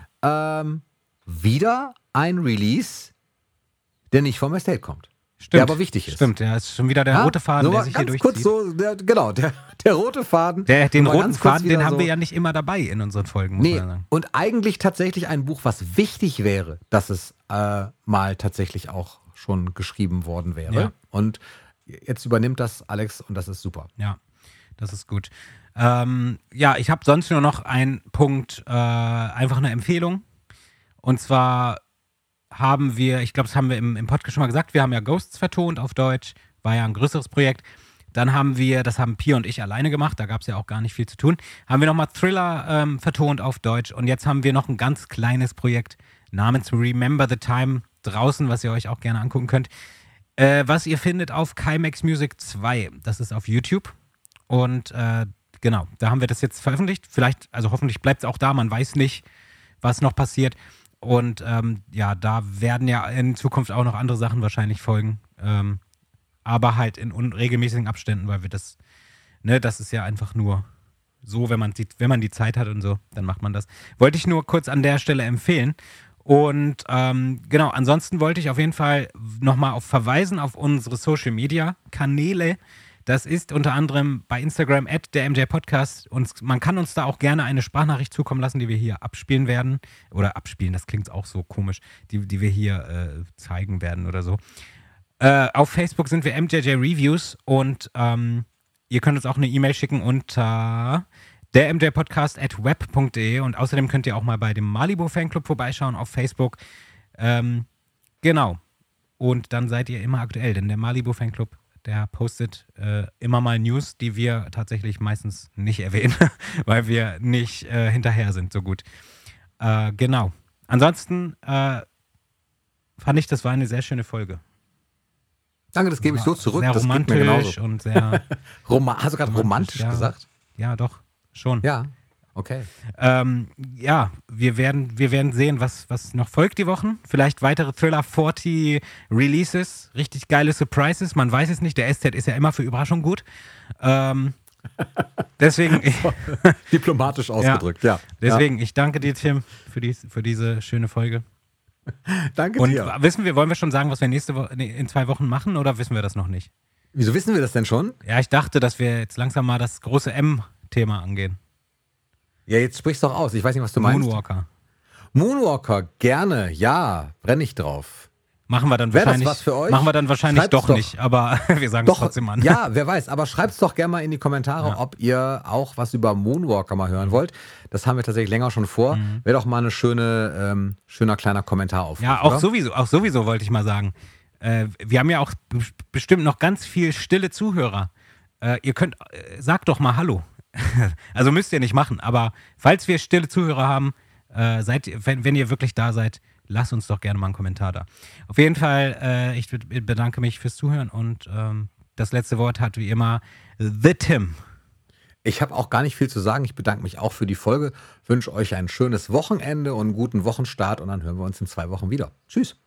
S3: Wieder ein Release, der nicht vom Estate kommt.
S2: Stimmt.
S3: Der aber wichtig ist.
S2: Stimmt, ja, ist schon wieder der rote Faden, der sich hier durchzieht.
S3: Kurz so, der rote Faden.
S2: Den roten Faden, den haben wir ja nicht immer dabei in unseren Folgen, muss man sagen.
S3: Und eigentlich tatsächlich ein Buch, was wichtig wäre, dass es mal tatsächlich auch schon geschrieben worden wäre. Ja. Und jetzt übernimmt das Alex und das ist super.
S2: Ja, das ist gut. Ich habe sonst nur noch einen Punkt, einfach eine Empfehlung. Und zwar haben wir, ich glaube, das haben wir im Podcast schon mal gesagt, wir haben ja Ghosts vertont auf Deutsch, war ja ein größeres Projekt. Dann haben wir, das haben Pia und ich alleine gemacht, da gab es ja auch gar nicht viel zu tun, haben wir nochmal Thriller vertont auf Deutsch. Und jetzt haben wir noch ein ganz kleines Projekt namens Remember the Time draußen, was ihr euch auch gerne angucken könnt. Was ihr findet auf Kimax Music 2, das ist auf YouTube. Und genau, da haben wir das jetzt veröffentlicht. Vielleicht, also hoffentlich bleibt es auch da, man weiß nicht, was noch passiert. Und da werden ja in Zukunft auch noch andere Sachen wahrscheinlich folgen. Aber halt in unregelmäßigen Abständen, weil wir das ist ja einfach nur so, wenn man die Zeit hat und so, dann macht man das. Wollte ich nur kurz an der Stelle empfehlen. Und ansonsten wollte ich auf jeden Fall nochmal verweisen auf unsere Social-Media-Kanäle. Das ist unter anderem bei Instagram @dermjpodcast und man kann uns da auch gerne eine Sprachnachricht zukommen lassen, die wir hier abspielen werden. Oder abspielen, das klingt auch so komisch, die wir hier zeigen werden oder so. Auf Facebook sind wir MJJ Reviews und ihr könnt uns auch eine E-Mail schicken unter dermjpodcast@web.de und außerdem könnt ihr auch mal bei dem Malibu Fanclub vorbeischauen auf Facebook. Genau. Und dann seid ihr immer aktuell, denn der Malibu Fanclub, der postet immer mal News, die wir tatsächlich meistens nicht erwähnen, weil wir nicht hinterher sind so gut. Genau. Ansonsten fand ich, das war eine sehr schöne Folge.
S3: Danke, das gebe ich so zurück.
S2: Sehr
S3: das
S2: romantisch und sehr...
S3: Hast du gerade romantisch gesagt?
S2: Ja, doch. Schon.
S3: Ja, okay.
S2: Ja, wir werden sehen, was noch folgt die Wochen. Vielleicht weitere Thriller 40 Releases, richtig geile Surprises. Man weiß es nicht. Der SZ ist ja immer für Überraschung gut. Deswegen.
S3: Diplomatisch ausgedrückt, ja.
S2: Deswegen, ich danke dir, Tim, für diese schöne Folge.
S3: Danke
S2: Und
S3: dir.
S2: wollen wir schon sagen, was wir nächste Woche in 2 Wochen machen, oder wissen wir das noch nicht?
S3: Wieso wissen wir das denn schon?
S2: Ja, ich dachte, dass wir jetzt langsam mal das große M-Thema angehen.
S3: Ja, jetzt sprich's doch aus. Ich weiß nicht, was du meinst.
S2: Moonwalker.
S3: Moonwalker, gerne. Ja, brenne ich drauf.
S2: Machen wir dann
S3: Wäre das
S2: wahrscheinlich,
S3: was für euch?
S2: Machen wir dann wahrscheinlich
S3: Schreibt's
S2: doch
S3: doch.
S2: nicht, aber wir sagen es trotzdem an.
S3: Ja, wer weiß. Aber schreibt's doch gerne mal in die Kommentare,
S2: Ja.
S3: ob ihr auch was über Moonwalker mal hören wollt. Das haben wir tatsächlich länger schon vor. Wäre doch mal eine schöner kleiner Kommentaraufruf.
S2: Ja, auch
S3: oder?
S2: sowieso wollte ich mal sagen. Wir haben ja auch bestimmt noch ganz viel stille Zuhörer. Sagt doch mal Hallo. Also müsst ihr nicht machen, aber falls wir stille Zuhörer haben, wenn ihr wirklich da seid, lasst uns doch gerne mal einen Kommentar da. Auf jeden Fall, ich bedanke mich fürs Zuhören und das letzte Wort hat wie immer The Tim.
S3: Ich habe auch gar nicht viel zu sagen. Ich bedanke mich auch für die Folge. Wünsche euch ein schönes Wochenende und einen guten Wochenstart und dann hören wir uns in 2 Wochen wieder. Tschüss.